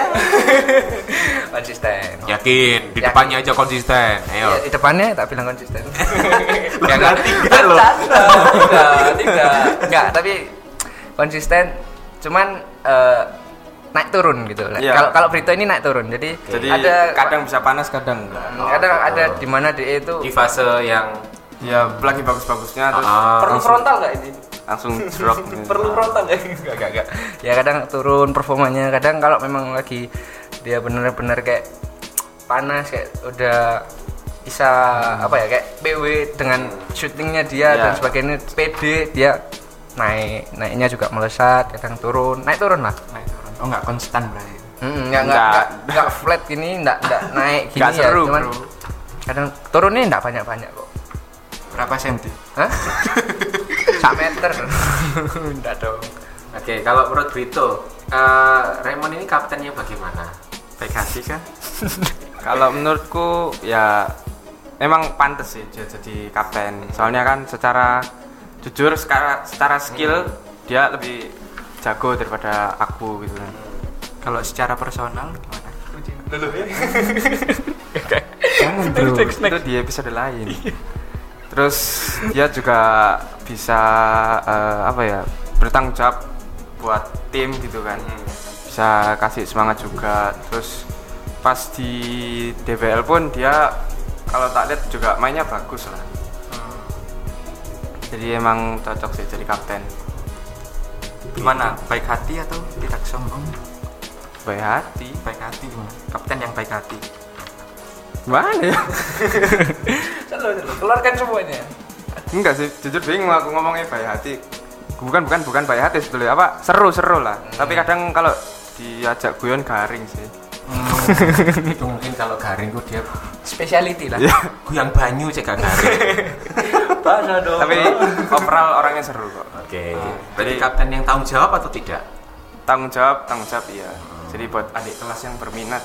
Konsisten. yakin di Yakin. depannya aja konsisten. Ya, Ayo. di depannya tak bilang konsisten. Ya enggak tiga loh. Tidak, tidak. Enggak, tapi konsisten cuman eh, naik turun gitu. Iya. Kalau kalau Brito ini naik turun. Jadi, Jadi ada kadang bisa panas, kadang enggak. kadang ada di mana dia itu Di fase yang Ya lagi bagus-bagusnya terus Ah. perlu langsung, frontal enggak ini? langsung drop. Perlu frontal ya? Enggak, enggak, enggak. Ya kadang turun performanya, kadang kalau memang lagi dia benar-benar kayak panas kayak udah bisa apa ya kayak P W dengan syutingnya dia Ya. dan sebagainya pede dia naik naiknya juga melesat kadang turun naik turun lah Naik turun. Oh enggak konstan berarti. hmm, nggak nggak Nggak. nggak nggak flat gini nggak nggak naik gini Nggak ya seru, cuman bro. kadang turunnya nggak banyak banyak kok. Berapa senti? Hah? Sak meter nggak dong. Oke, kalau menurut Brito, eh, Raymond ini kaptennya bagaimana? Baik hati kan? Kalau menurutku ya emang pantas sih dia jadi kapten. Soalnya kan secara jujur secara secara skill dia lebih jago daripada aku gitu kan. Kalau secara personal gimana? Jangan bro, itu di episode lain. Terus dia juga bisa eh, apa ya bertanggung jawab buat tim gitu kan. Bisa kasih semangat juga. Terus pas di D B L pun dia kalau tak lihat juga mainnya bagus lah. Jadi emang cocok sih jadi kapten. Gimana? Baik hati atau tidak sombong? Baik hati. Baik hati gimana? Kapten yang baik hati. Gimana ya? Selalu selalu keluarkan semuanya. Enggak sih, jujur bingung aku ngomongnya baik hati. Bukan bukan bukan baik hati sebetulnya. Apa seru-seru lah. Tapi kadang kalau diajak guyon garing sih. Itu mungkin kalau garing kok dia Speciality lah. Ya, guyang banyu cek gak garing. Bahasa dong. tapi overall orangnya seru kok. Oke, Ah, berarti jadi- kapten yang tanggung jawab atau tidak? Tanggung jawab, tanggung jawab iya. Jadi buat adik kelas yang berminat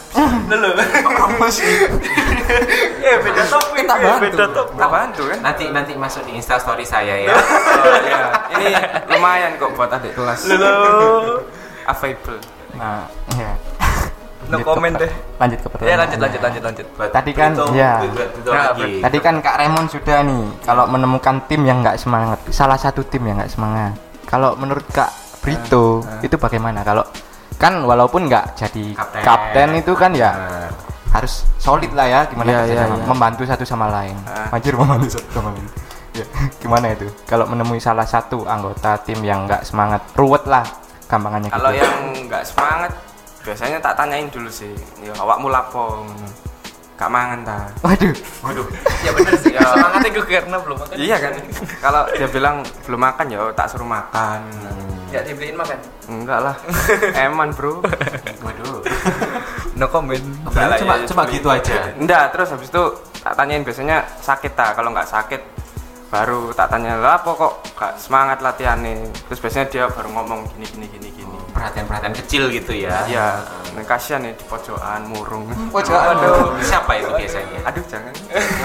Eh beda topik. Kita bantu. Beda topik. kita bantu kan. Nanti nanti masuk di Insta story saya ya. Oh, iya. Ini lumayan kok buat adik kelas. Available. Nah, ya. No comment deh. Lanjut ke pertanyaan. Ya lanjut lanjut lanjut lanjut. Tadi kan, ya. Nah, Tadi kan Kak Raymond sudah nih, kalau menemukan tim yang nggak semangat, salah satu tim yang nggak semangat. Kalau menurut Kak Brito, uh, uh. itu bagaimana? Kalau kan walaupun nggak jadi kapten, kapten itu kan ya uh. harus solid lah ya, gimana Iya, kerja iya, sama- iya. membantu satu sama lain. Uh. Anjir, membantu satu sama lain. Ya, gimana itu? Kalau menemui salah satu anggota tim yang nggak semangat, ruwet lah, gampangannya gitu. Kalau yang nggak semangat biasanya tak tanyain dulu sih, ya awakmu lapo, gak mangan ta? Waduh, Waduh. Ya bener sih. Semangatnya gue karena belum makan. Iya kan, kalau dia bilang belum makan ya tak suruh makan. Ya dibeliin makan. Enggak lah, eman bro. Waduh. No comment. Enggak lah, Cuma ya, cuma gitu aja. Enggak, terus habis itu tak tanyain biasanya sakit tak, kalau nggak sakit baru tak tanya lah apa kok gak semangat latihannya. Terus biasanya dia baru ngomong gini gini gini gini. Perhatian-perhatian kecil gitu ya. Iya, nah, kasihan nih di pojokan murung. pojokan. Aduh, siapa itu biasanya? Aduh jangan.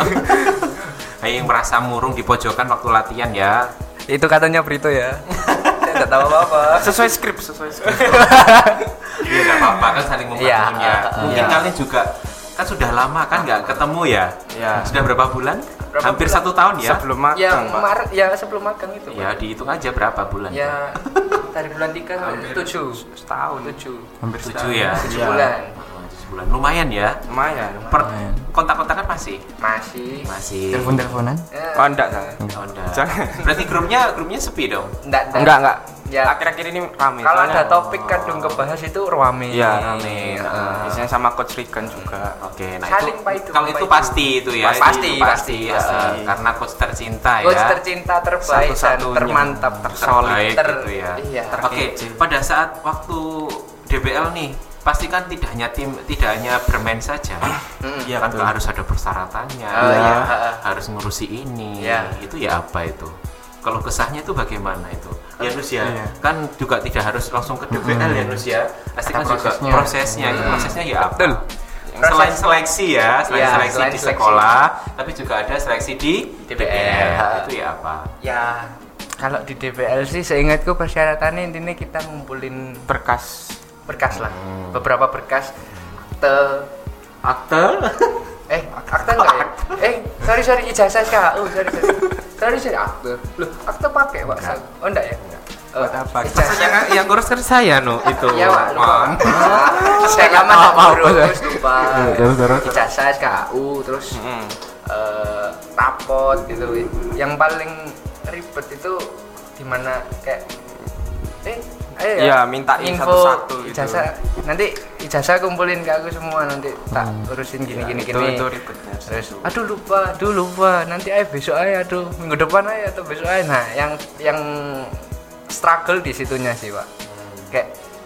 Nah, yang merasa murung di pojokan waktu latihan ya. Itu katanya Brito ya. Saya enggak tahu apa-apa. Sesuai skrip, sesuai skrip. Iya, enggak apa-apa kan saling membantu Iya, ya. uh, uh, Mungkin iya. kalian juga kan sudah lama kan nggak ketemu ya. Iya. Sudah berapa bulan? Berapa Hampir bulan? satu tahun ya. Sebelum magang, Ya Pak. Maret ya sebelum magang itu. Ya dihitung aja berapa bulan. Ya dari bulan tiga sampai tujuh setahun tujuh hampir Tujuh ya. tujuh Iya. bulan Oh, tujuh bulan lumayan ya. Lumayan. Per kontak-kontakan masih masih masih. telepon-teleponan. eh, Oh enggak, saya. Oh, enggak. Jangan. Berarti grupnya grupnya sepi dong. enggak, Enggak, enggak. Ya. Akhir-akhir ini rame. Kalau soalnya- ada topik kadung kebahas itu rame. Iya, Rame. Heeh. Heeh. Biasanya sama coach Rigan juga. Oke, nah Saling itu, Pak, itu, kalau Pak, itu itu. pasti itu ya. Pasti, itu pasti, ya. pasti. Karena coach tercinta Coach ya. tercinta terbaik dan Satu-satunya. termantap Tersolid. Terbaik ter gitu ya. Iya. Oke, pada saat waktu D B L nih, pasti kan tidak hanya tim, tidak hanya bermain saja. Iya kan, harus ada persyaratannya. Oh, iya. Harus ngurusi ini. Iya. Itu ya apa itu? Kalau kesahnya itu bagaimana itu? Ya Nus ya, Iya. kan juga tidak harus langsung ke D B L ya Nus ya. Pasti kan Ada juga prosesnya. prosesnya. Itu prosesnya ya apa? Betul. Yang selain Proses- seleksi ya, selain Iya, seleksi selain di seleksi. sekolah, tapi juga ada seleksi di D B L. Itu ya apa? Ya kalau di D B L sih seingatku persyaratannya intinya kita ngumpulin Berkas. berkas lah, beberapa berkas akte Akte? eh akte enggak ya? Eh sorry sorry ijazah S K U sorry sorry sorry sorry akte loh akte pakai pak oh enggak ya enggak Buat apa? ijazah yang yang ngurus kan saya no itu. ya pak lupa Wah. saya lama Maaf, maaf, terus maaf. lupa Terus, terus. ijazah S K U terus Mm. eh, rapot gitu yang paling ribet itu dimana kayak eh ayo Iya, mintain info satu-satu gitu. ijazah nanti ijazah kumpulin ke aku semua nanti tak urusin gini gini itu, gini itu ribetnya. terus aduh lupa aduh lupa nanti ayo besok aja aduh minggu depan aja atau besok aja nah yang yang struggle di situnya sih pak kayak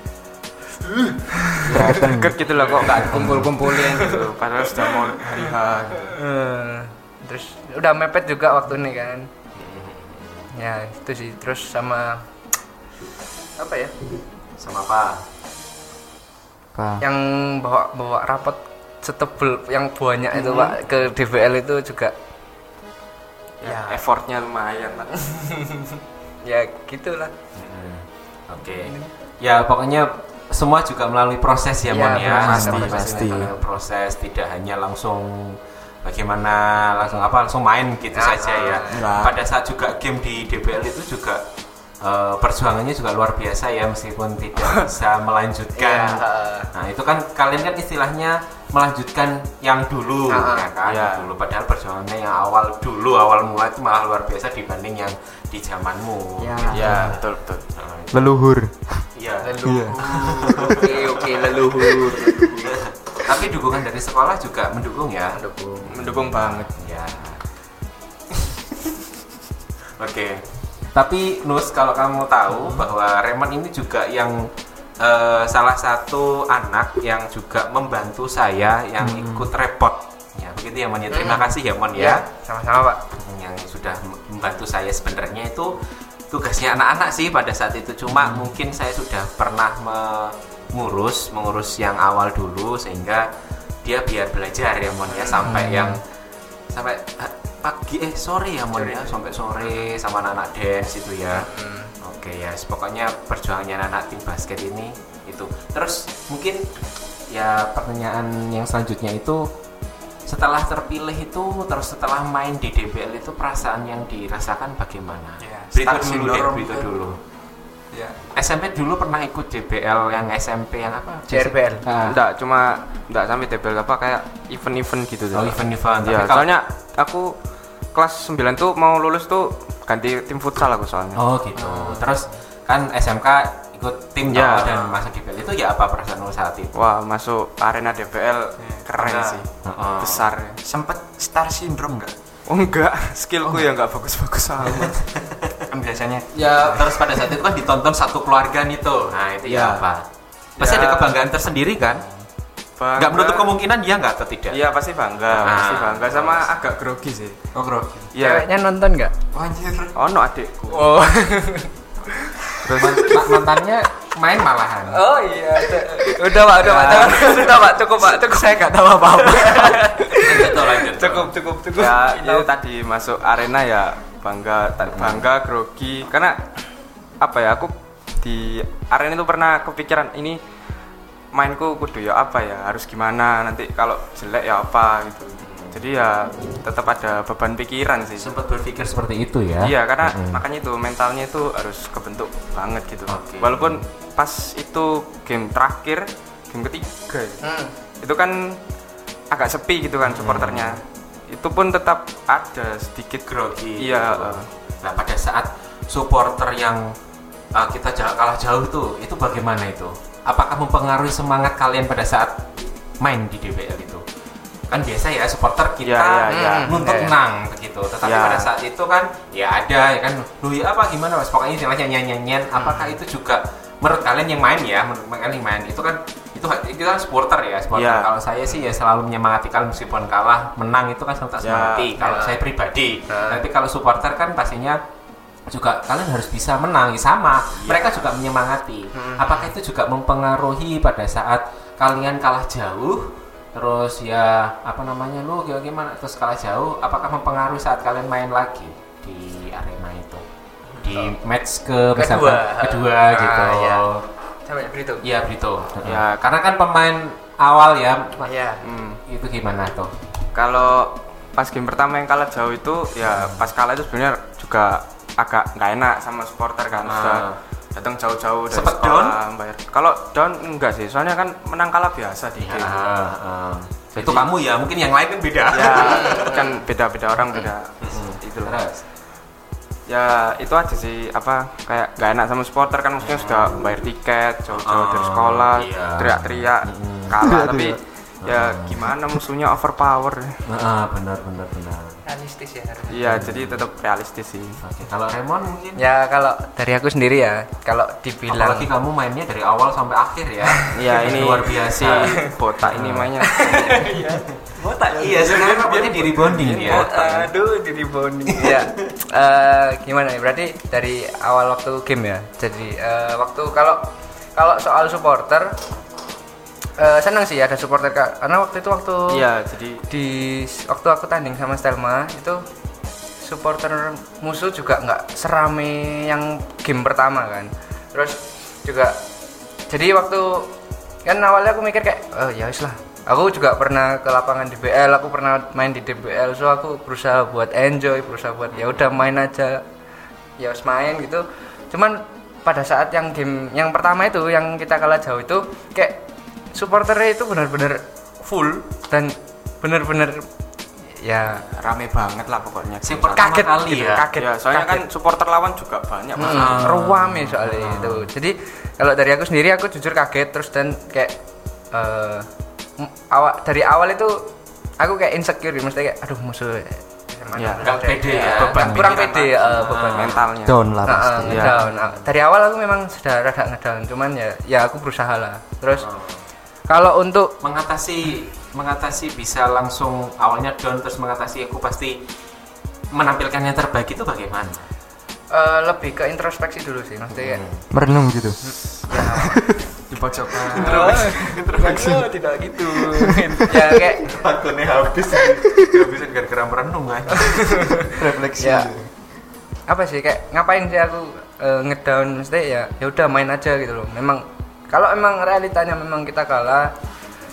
Deket gitu lah kok nggak kumpul-kumpulin gitu. Padahal sudah mau hari H. Gitu. eh, terus udah mepet juga waktu ini kan ya itu sih terus sama apa ya Sama apa? Apa? yang bawa bawa rapot setebel yang banyak itu pak ke D V L itu juga Ya, effortnya lumayan lah. ya gitulah Oke. Ya pokoknya semua juga melalui proses ya, Ya, Mon ya. pasti, Semua pasti. melalui proses, tidak hanya langsung bagaimana langsung apa langsung main gitu Ya, saja ya. enggak. Pada saat juga game di D B L itu juga eh, perjuangannya juga luar biasa ya meskipun tidak bisa melanjutkan. Ya. Nah, itu kan kalian kan istilahnya melanjutkan yang dulu Ah, ya kan. ya. Dulu padahal perjuangannya yang awal dulu awal mulai itu malah luar biasa dibanding yang di zamanmu. Ya. Ya, betul betul. Nah, Leluhur. Iya. leluhur oke oke leluhur Tapi dukungan dari sekolah juga mendukung ya. mendukung Mendukung banget. Ya. Oke. Tapi Nus, kalau kamu tahu bahwa Raymond ini juga yang eh, salah satu anak yang juga membantu saya yang ikut repot. Ya, begitu ya Mon ya. Terima kasih ya Mon ya ya. sama-sama pak Yang sudah membantu saya sebenarnya itu tugasnya anak-anak sih pada saat itu. Cuma mungkin saya sudah pernah mengurus mengurus yang awal dulu sehingga dia biar belajar ya Mon ya sampai yang sampai eh, pagi eh sore ya Mon ya sampai sore sama anak-anak dance itu ya. Oke ya, pokoknya perjuangannya anak tim basket ini itu. Terus mungkin ya pertanyaan yang selanjutnya itu setelah terpilih itu terus setelah main di D B L itu perasaan yang dirasakan bagaimana? Ya, Brito start dulu deh, syndrome Brito itu. dulu. Ya. S M P dulu pernah ikut D B L yang S M P yang apa? J R B L. Ah. Enggak, cuma enggak sampai tebel apa kayak event-event gitu tuh. Oh, event-event. Iya, Tapi kalau- soalnya aku kelas sembilan tuh mau lulus tuh ganti tim futsal aku soalnya. Oh gitu. Terus kan S M K ikut tim Ya. toh dan masuk D B L itu ya apa perasaan lo saat itu? Wah, masuk arena D B L keren Ada. sih. Heeh. Besar. Sempet star syndrome nggak? Oh enggak, skillku ya enggak bagus-bagus amat. Kan biasanya Ya terus pada saat itu kan ditonton satu keluarga nih tuh. Nah itu ya, Ya. apa? Pasti Ya. ada kebanggaan tersendiri kan? Bangga. Nggak menutup kemungkinan dia nggak atau tidak? Iya, pasti bangga, Ah, pasti bangga sama terus. agak grogi sih. oh grogi. Iya. Ceweknya nonton nggak? Anjir. Ono adikku. Oh. Terus ma- mantannya main malahan. Oh iya. Udah Pak, udah Pak. Sudah Pak, cukup Pak, cukup. Saya nggak tahu apa-apa. Lanjut, lanjut. Cukup, cukup, cukup. Ya, itu tadi masuk arena ya bangga, ta- bangga, grogi. Karena apa ya? Aku di arena itu pernah kepikiran ini mainku kudu ya apa ya? Harus gimana? Nanti kalau jelek ya apa gitu. Jadi ya tetap ada beban pikiran sih. Sempat berpikir seperti itu ya? Iya, karena Mm-mm. makanya itu mentalnya itu harus kebentuk banget gitu. Oke. Walaupun pas itu game terakhir, game ketiga, ya, Hmm. itu kan agak sepi gitu kan supporternya. Itu pun tetap ada sedikit grogi. Iya. gitu. eh. Nah pada saat supporter yang uh, kita jauh, kalah jauh tuh, itu bagaimana itu? Apakah mempengaruhi semangat kalian pada saat main di D B L itu? Kan biasa ya supporter kita Iya, iya, iya. nuntut Iya. menang begitu. Tetapi Iya. pada saat itu kan ya ada ya kan, lu ya apa gimana mas? Pokoknya istilahnya nyanyian-nyanyian. Apakah itu juga menurut kalian yang main ya, menurut kalian yang main itu kan itu itu kan supporter ya, supporter. Iya. Kalau saya sih ya selalu menyemangati kalian meskipun kalah, menang itu kan selalu tak Ya. semangati. Kalau Ya. saya pribadi, Ya. tapi kalau supporter kan pastinya juga kalian harus bisa menang sama. Mereka juga menyemangati. Apakah itu juga mempengaruhi pada saat kalian kalah jauh? Terus ya apa namanya lu gimana terus kalah jauh? Apakah mempengaruhi saat kalian main lagi di arena itu? Di match ke misalkan kedua Ah, gitu. iya. Sampai Brito. Iya Brito. Ya. Karena kan pemain awal ya. Iya. Hmm. Itu gimana tuh? Kalau pas game pertama yang kalah jauh itu ya pas kalah itu sebenarnya juga agak nggak enak sama supporter kan. Ah. Sudah datang jauh-jauh dari Sempet sekolah bayar. Kalau down enggak sih, soalnya kan menang kalah biasa di Ya, game. uh, itu kamu ya, mungkin yang lain kan beda. Ya kan beda-beda orang beda. Itu loh. Terus Ya itu aja sih apa kayak nggak enak sama supporter kan maksudnya sudah bayar tiket jauh-jauh dari Oh, sekolah iya. teriak-teriak kalah tapi ya gimana musuhnya overpower. Nah, benar benar benar. Realistis ya harusnya. Iya jadi tetap realistis sih. Oke, kalau Remon mungkin Ya kalau dari aku sendiri ya, kalau dibilang apalagi kamu mainnya dari awal sampai akhir ya. Iya ini luar biasa. si botak ini mainnya. Botak. Iya, sekarang dia di rebonding dia. aduh di rebounding. Ya. eh, gimana ya? Berarti dari awal waktu game ya. Jadi eh, waktu kalau kalau soal supporter eh, senang sih ada supporter Kak. Karena waktu itu waktu Iya jadi di waktu aku tanding sama Stelma itu supporter musuh juga nggak serame yang game pertama kan. Terus juga jadi waktu kan awalnya aku mikir kayak oh ya wis lah. Aku juga pernah ke lapangan D B L, aku pernah main di D B L, so aku berusaha buat enjoy, berusaha buat ya udah main aja, ya wis main gitu. Cuman pada saat yang game yang pertama itu yang kita kalah jauh itu kayak supporternya itu benar-benar full dan benar-benar ya rame banget lah pokoknya. Si Game pertama kaget kali gitu, ya. kaget. Ya, soalnya kaget. kan supporter lawan juga banyak Mas. Hmm, ruame soalnya itu. Jadi kalau dari aku sendiri aku jujur kaget terus dan kayak eh, m- awal dari awal itu aku kayak insecure mesti kayak aduh musuh Ya, nggak pede ya. beban kurang pikiran pede lagi. eh, beban Ah, mentalnya. Down lah Nah, pasti. eh, Iya. ngedown. Nah, dari awal aku memang sudah rada ngedown cuman ya ya aku berusaha lah. Terus kalau untuk mengatasi mengatasi bisa langsung awalnya down terus mengatasi aku pasti menampilkan yang terbaik itu bagaimana? eh, lebih ke introspeksi dulu sih maksudnya kayak Merenung gitu. Di pojokan. oh, tidak gitu. ya kayak Akunnya habis, nggak bisa gara-gara merenung aja. Refleksi. ya apa sih kayak ngapain sih aku eh, ngedown mesti ya ya udah main aja gitu loh. Memang kalau emang realitanya memang kita kalah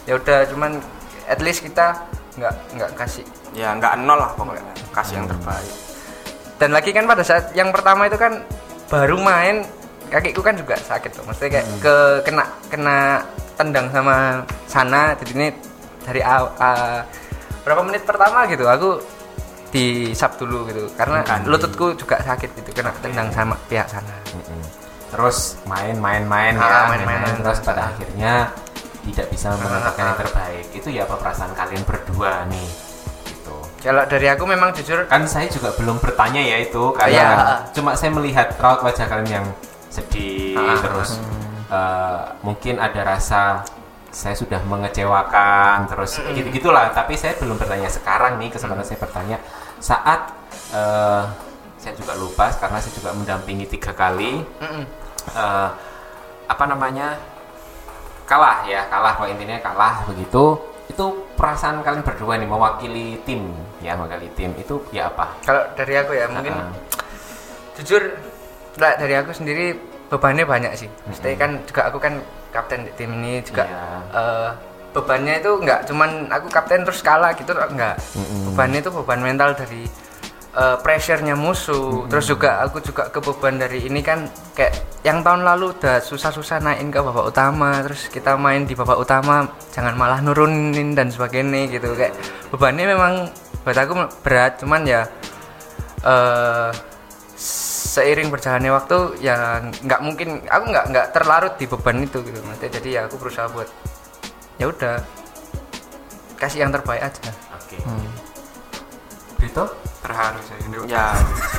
ya udah cuman at least kita nggak nggak kasih Ya nggak nol lah pokoknya, kasih yang terbaik. dan lagi kan pada saat yang pertama itu kan baru main kakiku kan juga sakit tuh maksudnya kayak hmm. ke kena kena tendang sama sana jadi ini dari uh, uh, berapa menit pertama gitu aku disap dulu gitu karena Ganti. lututku juga sakit gitu kena tendang sama pihak sana. Mm-mm. Terus main-main-main Ah, ya, main-main. main-main terus pada akhirnya tidak bisa menetapkan yang terbaik. Itu ya apa perasaan kalian berdua nih? Gitu. Kalau dari aku memang jujur Kan saya juga belum bertanya ya itu karena Iya. kan cuma saya melihat raut wajah kalian yang sedih Ah. terus uh, mungkin ada rasa saya sudah mengecewakan terus gitu gitulah tapi saya belum bertanya sekarang nih kesempatan saya bertanya saat uh, saya juga lupa karena saya juga mendampingi tiga kali uh, apa namanya kalah ya kalah kalau intinya kalah begitu itu perasaan kalian berdua nih mewakili tim ya mewakili tim itu ya apa? kalau dari aku ya mungkin Uh-uh. jujur lah dari aku sendiri bebannya banyak sih. Maksudnya kan juga aku kan kapten di tim ini juga Iya. eh, bebannya itu nggak cuman aku kapten terus kalah gitu enggak. Mm-mm. Bebannya itu beban mental dari eh, pressure-nya musuh. Terus juga aku juga ke beban dari ini kan kayak yang tahun lalu udah susah-susah naikin ke babak utama, terus kita main di babak utama jangan malah nurunin dan sebagainya gitu. Kayak bebannya memang buat aku berat, cuman ya eh seiring berjalannya waktu ya nggak mungkin aku nggak nggak terlarut di beban itu gitu maksudnya jadi ya aku berusaha buat ya udah kasih yang terbaik aja. Oke. Brito? Terharu saya ini. Ya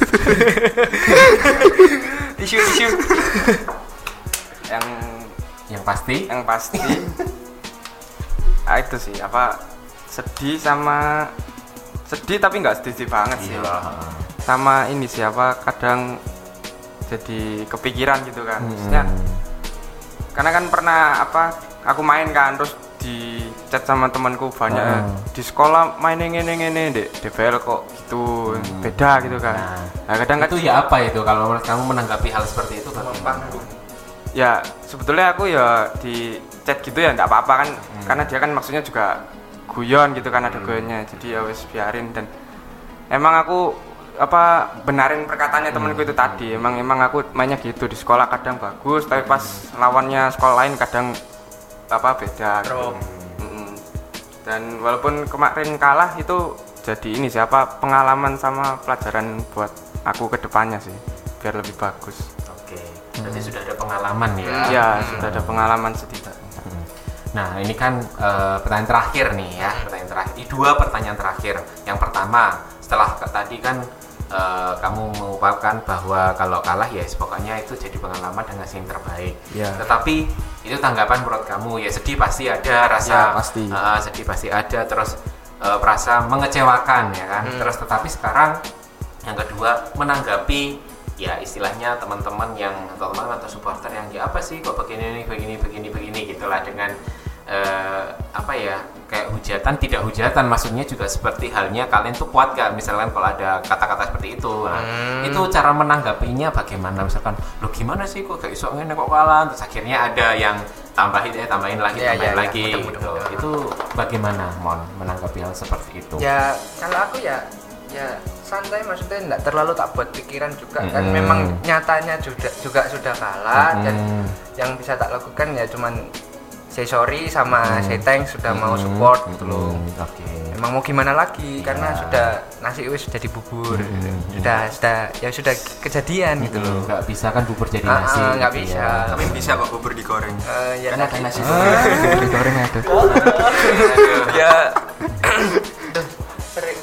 Tisu tisu. yang Yang pasti yang pasti ah, itu sih apa sedih sama sedih tapi nggak sedih banget sih. iya. Sama ini siapa kadang jadi kepikiran gitu kan maksudnya karena kan pernah apa aku main kan terus di chat sama temanku banyak Hmm. di sekolah main ini ini ini di D V L kok gitu beda gitu kan Nah, nah, kadang itu ya apa itu kalau menurut kamu menanggapi hal seperti itu bagaimana? ya sebetulnya aku ya di chat gitu ya nggak apa-apa kan karena dia kan maksudnya juga guyon gitu kan ada guyonnya jadi ya wes biarin dan emang aku apa benarin perkataannya temanku itu tadi emang emang aku mainnya gitu di sekolah kadang bagus tapi pas lawannya sekolah lain kadang apa beda gitu. Mm-mm. Dan walaupun kemarin kalah itu jadi ini siapa pengalaman sama pelajaran buat aku ke depannya sih biar lebih bagus. Oke. Berarti sudah ada pengalaman ya. Ya sudah ada pengalaman setidaknya. Nah ini kan eh, pertanyaan terakhir nih ya, pertanyaan terakhir. Di dua pertanyaan terakhir. Yang pertama setelah ke- tadi kan eh, kamu mengungkapkan bahwa kalau kalah ya pokoknya itu jadi pengalaman dan ngasih yang terbaik. Ya. Tetapi itu tanggapan menurut kamu ya sedih pasti ada rasa Ya, pasti. eh, sedih pasti ada terus eh, rasa mengecewakan ya kan. Terus tetapi sekarang yang kedua menanggapi ya istilahnya teman-teman yang atau teman atau supporter yang ya apa sih kok begini nih begini begini begini gitulah dengan eh, apa ya kayak hujatan tidak hujatan maksudnya juga seperti halnya kalian tuh kuat gak misalkan kalau ada kata-kata seperti itu nah, Hmm. itu cara menanggapinya bagaimana misalkan lo gimana sih kok gak iso ngene kok kalah terus akhirnya ada yang tambahin eh tambahin lagi Ya, tambahin ya, ya, lagi mudah, gitu mudah, mudah. itu bagaimana Mon menanggapi hal seperti itu Ya kalau aku ya ya santai maksudnya enggak terlalu tak buat pikiran juga kan Mm-mm. memang nyatanya juga juga sudah kalah dan Mm-mm. yang bisa tak lakukan ya cuman say sorry sama say thanks sudah mau support gitu loh. Hmm, oke. Emang mau gimana lagi Ya. karena sudah nasi wis sudah dibubur gitu. sudah sudah ya sudah kejadian gitu loh. nggak bisa kan bubur jadi Ah, nasi ah, nggak gitu bisa. ya. Tapi bisa kok bubur digoreng. Eh, ya Kan ada tadi- nasi Ah, goreng. Digoreng ada. ya Duh, sering.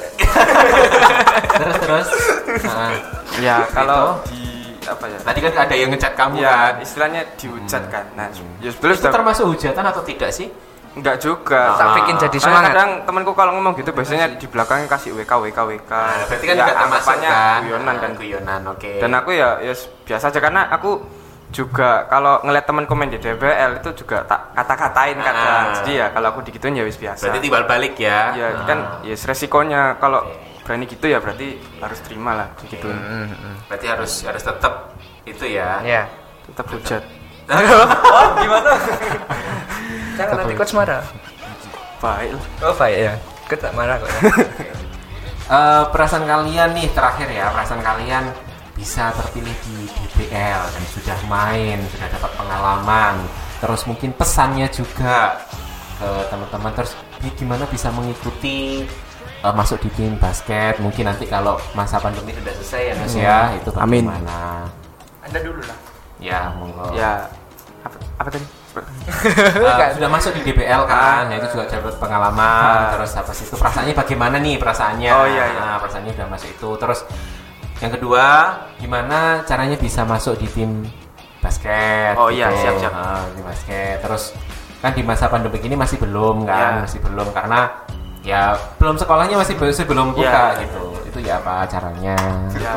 terus terus Nah, Ya kalau di apa ya? tadi kan ada yang ngechat kamu Ya kan istilahnya dihujat kan. Nah, ya sebelum itu termasuk hujatan atau tidak sih enggak juga. Tak bikin jadi Karena semangat. kadang temanku kalau ngomong gitu biasanya di belakangnya kasih W K W K W K. nah, berarti kan ya, juga termasuk anggapannya kan guyonan kan. guyonan oke Dan aku ya ya biasa aja karena aku juga kalau ngeliat teman komen di D B L itu juga tak kata-katain kadang. Ah. Jadi ya kalau aku digituin ya wis biasa. berarti timbal balik ya Ya Ah. kan ya resikonya kalau berani gitu ya berarti harus terima lah digituin. berarti harus harus tetap itu ya Ya. Tetap hujat. Oh, gimana? Jangan nanti coach marah. baik lah. Oh baik ya. Aku tak marah kok. Eh, perasaan kalian nih terakhir ya, perasaan kalian bisa terpilih di D B L dan sudah main, sudah dapat pengalaman, terus mungkin pesannya juga ke teman-teman, terus ya gimana bisa mengikuti uh, masuk di tim basket, mungkin nanti kalau masa pandemi sudah selesai ya Mas ya, itu Amin. bagaimana? Anda dulu lah. Ya, monggo. Ya apa, apa tadi? Uh, sudah masuk di D B L kan, ya itu juga dapat pengalaman. Ah. Terus apa sih itu perasaannya bagaimana nih perasaannya? Oh, iya, iya. Nah, perasaannya udah masuk itu. Terus yang kedua, gimana caranya bisa masuk di tim basket? Oh, iya, siap-siap. Nah, di basket. Terus kan di masa pandemi ini masih belum kan, Iya. masih belum karena ya belum sekolahnya masih masih belum buka Iya. gitu. Itu ya apa caranya? Ya.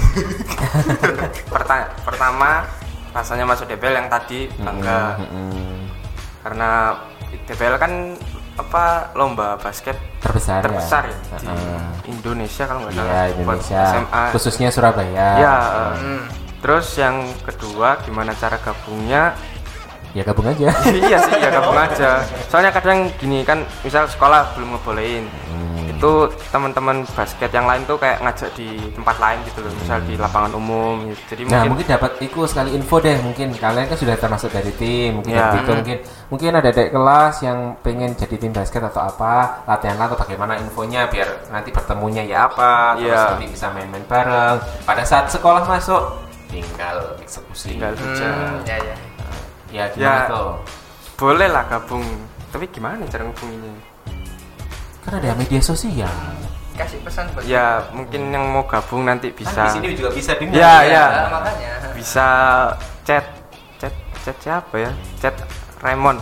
Perta- pertama rasanya masuk D B L yang tadi bangga Mm-mm. karena D B L kan apa lomba basket Terbesar, terbesar ya. ya, di Heeh. Indonesia kalau nggak salah. Iya, Buat Indonesia. S M A. Khususnya Surabaya. Ya. eh, Terus yang kedua gimana cara gabungnya? Ya gabung aja. Iya sih, ya gabung aja. Soalnya kadang gini kan, misal sekolah belum ngebolehin, Hmm. itu teman-teman basket yang lain tuh kayak ngajak di tempat lain gitu loh, misal di lapangan umum. Gitu. Jadi Nah mungkin, mungkin dapat ikut sekali info deh, mungkin kalian kan sudah termasuk dari tim, mungkin Ya. dari itu mungkin mungkin ada adik kelas yang pengen jadi tim basket atau apa, latihan atau bagaimana infonya biar nanti bertemunya ya apa, terus Ya. nanti bisa main-main bareng. Pada saat sekolah masuk tinggal eksekusi. tinggal kerja. Hmm, ya ya. Ya gimana Ya. tuh? Boleh lah gabung, tapi gimana cara ngubunginnya? Kan ada media sosial. Kasih pesan buat Ya mungkin yang mau gabung nanti bisa. Kan di sini juga bisa dengar. Ya, ya. Nah, makanya. Bisa chat, chat, chat siapa ya? Chat Raymond.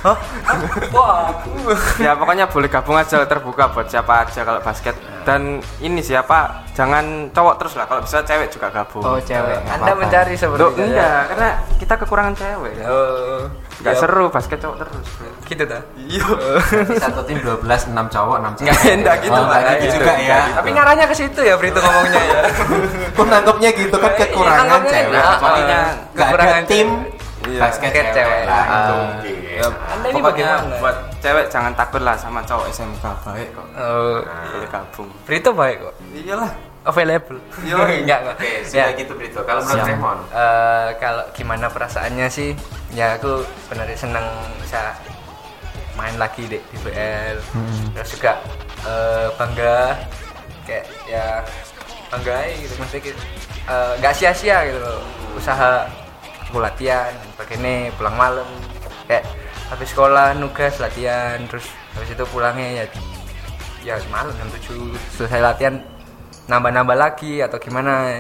Wah. Ya pokoknya boleh gabung aja, terbuka buat siapa aja kalau basket. Dan ini siapa, jangan cowok terus lah, kalau bisa cewek juga gabung. Oh, cewek. nggak Anda apa-apa. mencari Loh, seperti itu. enggak, karena kita kekurangan cewek. Oh. Enggak Ya, seru basket cowok terus. gitu dah. Iya. Di satu tim dua belas, enam cowok, enam cewek. Enggak, enggak gitu, Oh, Pak. enggak gitu Gitu, juga enggak ya. gitu. Tapi ngarahnya ke situ ya Brito ngomongnya ya. Kok nangkepnya gitu kan kekurangan nangkepnya cewek. nah, Kecualinya uh, nggak ada kekurangan tim Iya. basket Basket cewek cewek. lah. Ah. Itu. Ya, Anda ini pokoknya bagaimana? buat cewek jangan takut lah sama cowok S M K, baik kok. Oh, Boleh gabung. Brito baik kok. Iyalah. Available. Yo, enggak enggak. Oke, Ya. sudah gitu Brito. Kalau menurut Siap. Raymond, Eh, kalau gimana perasaannya sih? Ya aku benar seneng bisa main lagi di D B L. Terus juga eh, bangga kayak ya bangga gitu maksudnya gitu. Eh, nggak sia-sia gitu loh. Usaha aku latihan, begini pulang malam kayak habis sekolah nugas latihan terus habis itu pulangnya ya ya malam jam tujuh selesai latihan nambah-nambah lagi atau gimana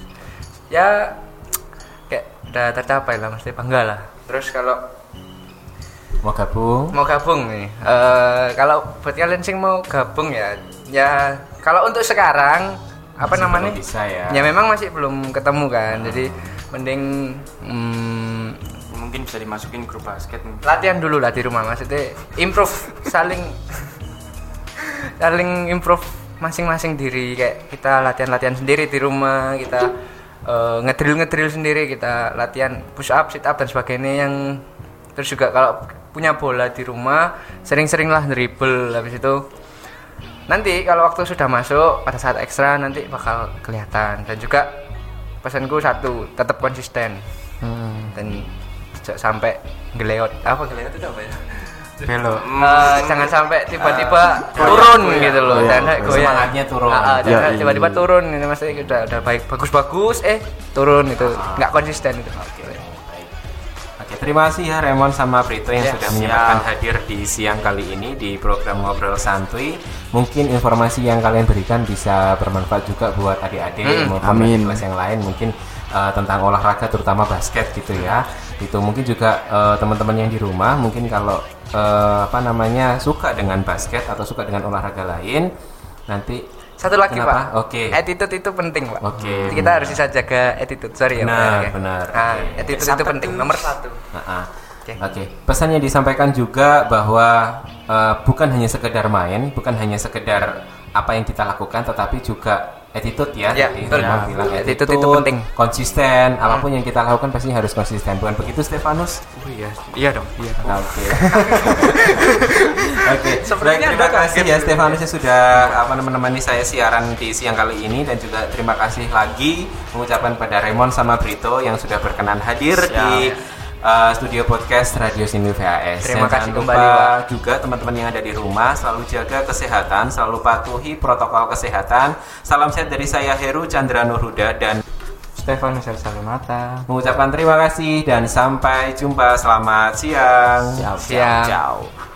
ya kayak udah tercapai lah mesti bangga lah. Terus kalau mau gabung? mau gabung nih eh, kalau buat kalian sing mau gabung ya ya kalau untuk sekarang apa Masih namanya belum bisa ya. ya memang masih belum ketemu kan jadi mending hmm, Mungkin bisa dimasukin grup basket. latihan dulu lah di rumah maksudnya improve saling saling improve masing-masing diri kayak kita latihan-latihan sendiri di rumah kita uh, ngedrill ngedrill sendiri kita latihan push up sit up dan sebagainya yang terus juga kalau punya bola di rumah sering-sering lah dribble habis itu nanti kalau waktu sudah masuk pada saat ekstra nanti bakal kelihatan dan juga pesanku satu tetap konsisten dan jangan sampai ngeleot apa ngeleot itu apa ya Belok. Eh, jangan sampai tiba-tiba turun gitu loh dan goyang Semangatnya turun. Ah, ah, Ya, dan iya. tiba-tiba turun ini maksudnya udah udah baik bagus-bagus eh turun itu nggak konsisten itu Oke, terima kasih ya Raymond sama Brito yang Ya, sudah siap. menyempatkan hadir di siang kali ini di program Ngobrol Santuy. Mungkin informasi yang kalian berikan bisa bermanfaat juga buat adik-adik maupun amin. kelas yang lain mungkin uh, tentang olahraga terutama basket gitu ya. Itu mungkin juga uh, teman-teman yang di rumah mungkin kalau uh, apa namanya suka dengan basket atau suka dengan olahraga lain nanti satu lagi Kenapa? pak Oke. attitude itu penting pak Oke. jadi kita harus bisa jaga attitude sorry ya Benar, Pak, ya. benar. nah, Oke. attitude itu Sampai penting nomor satu Nah, Oke. Oke, pesannya disampaikan juga bahwa uh, bukan hanya sekedar main, bukan hanya sekedar apa yang kita lakukan, tetapi juga attitude ya, Ya, tadi betul. Remon bilang Attitude attitude, itu penting. konsisten, apapun yang kita lakukan pasti harus konsisten. Bukan begitu Stefanus? Oh iya, iya dong, iya. Oke. Oke. Baik, terima kasih ya Stefanus yang sudah apa menemani saya siaran di siang kali ini, dan juga terima kasih lagi mengucapkan pada Remon sama Brito yang sudah berkenan hadir Siap. di uh, studio podcast Radio Sindu V A S. Terima Dan kasih jangan kembali, lupa Pak. juga teman-teman yang ada di rumah selalu jaga kesehatan, selalu patuhi protokol kesehatan. Salam sehat dari saya Heru Chandra Nurhuda dan Stefanus Salamata. mengucapkan terima kasih dan sampai jumpa. Selamat siang. Ciao. Siang. Ciao.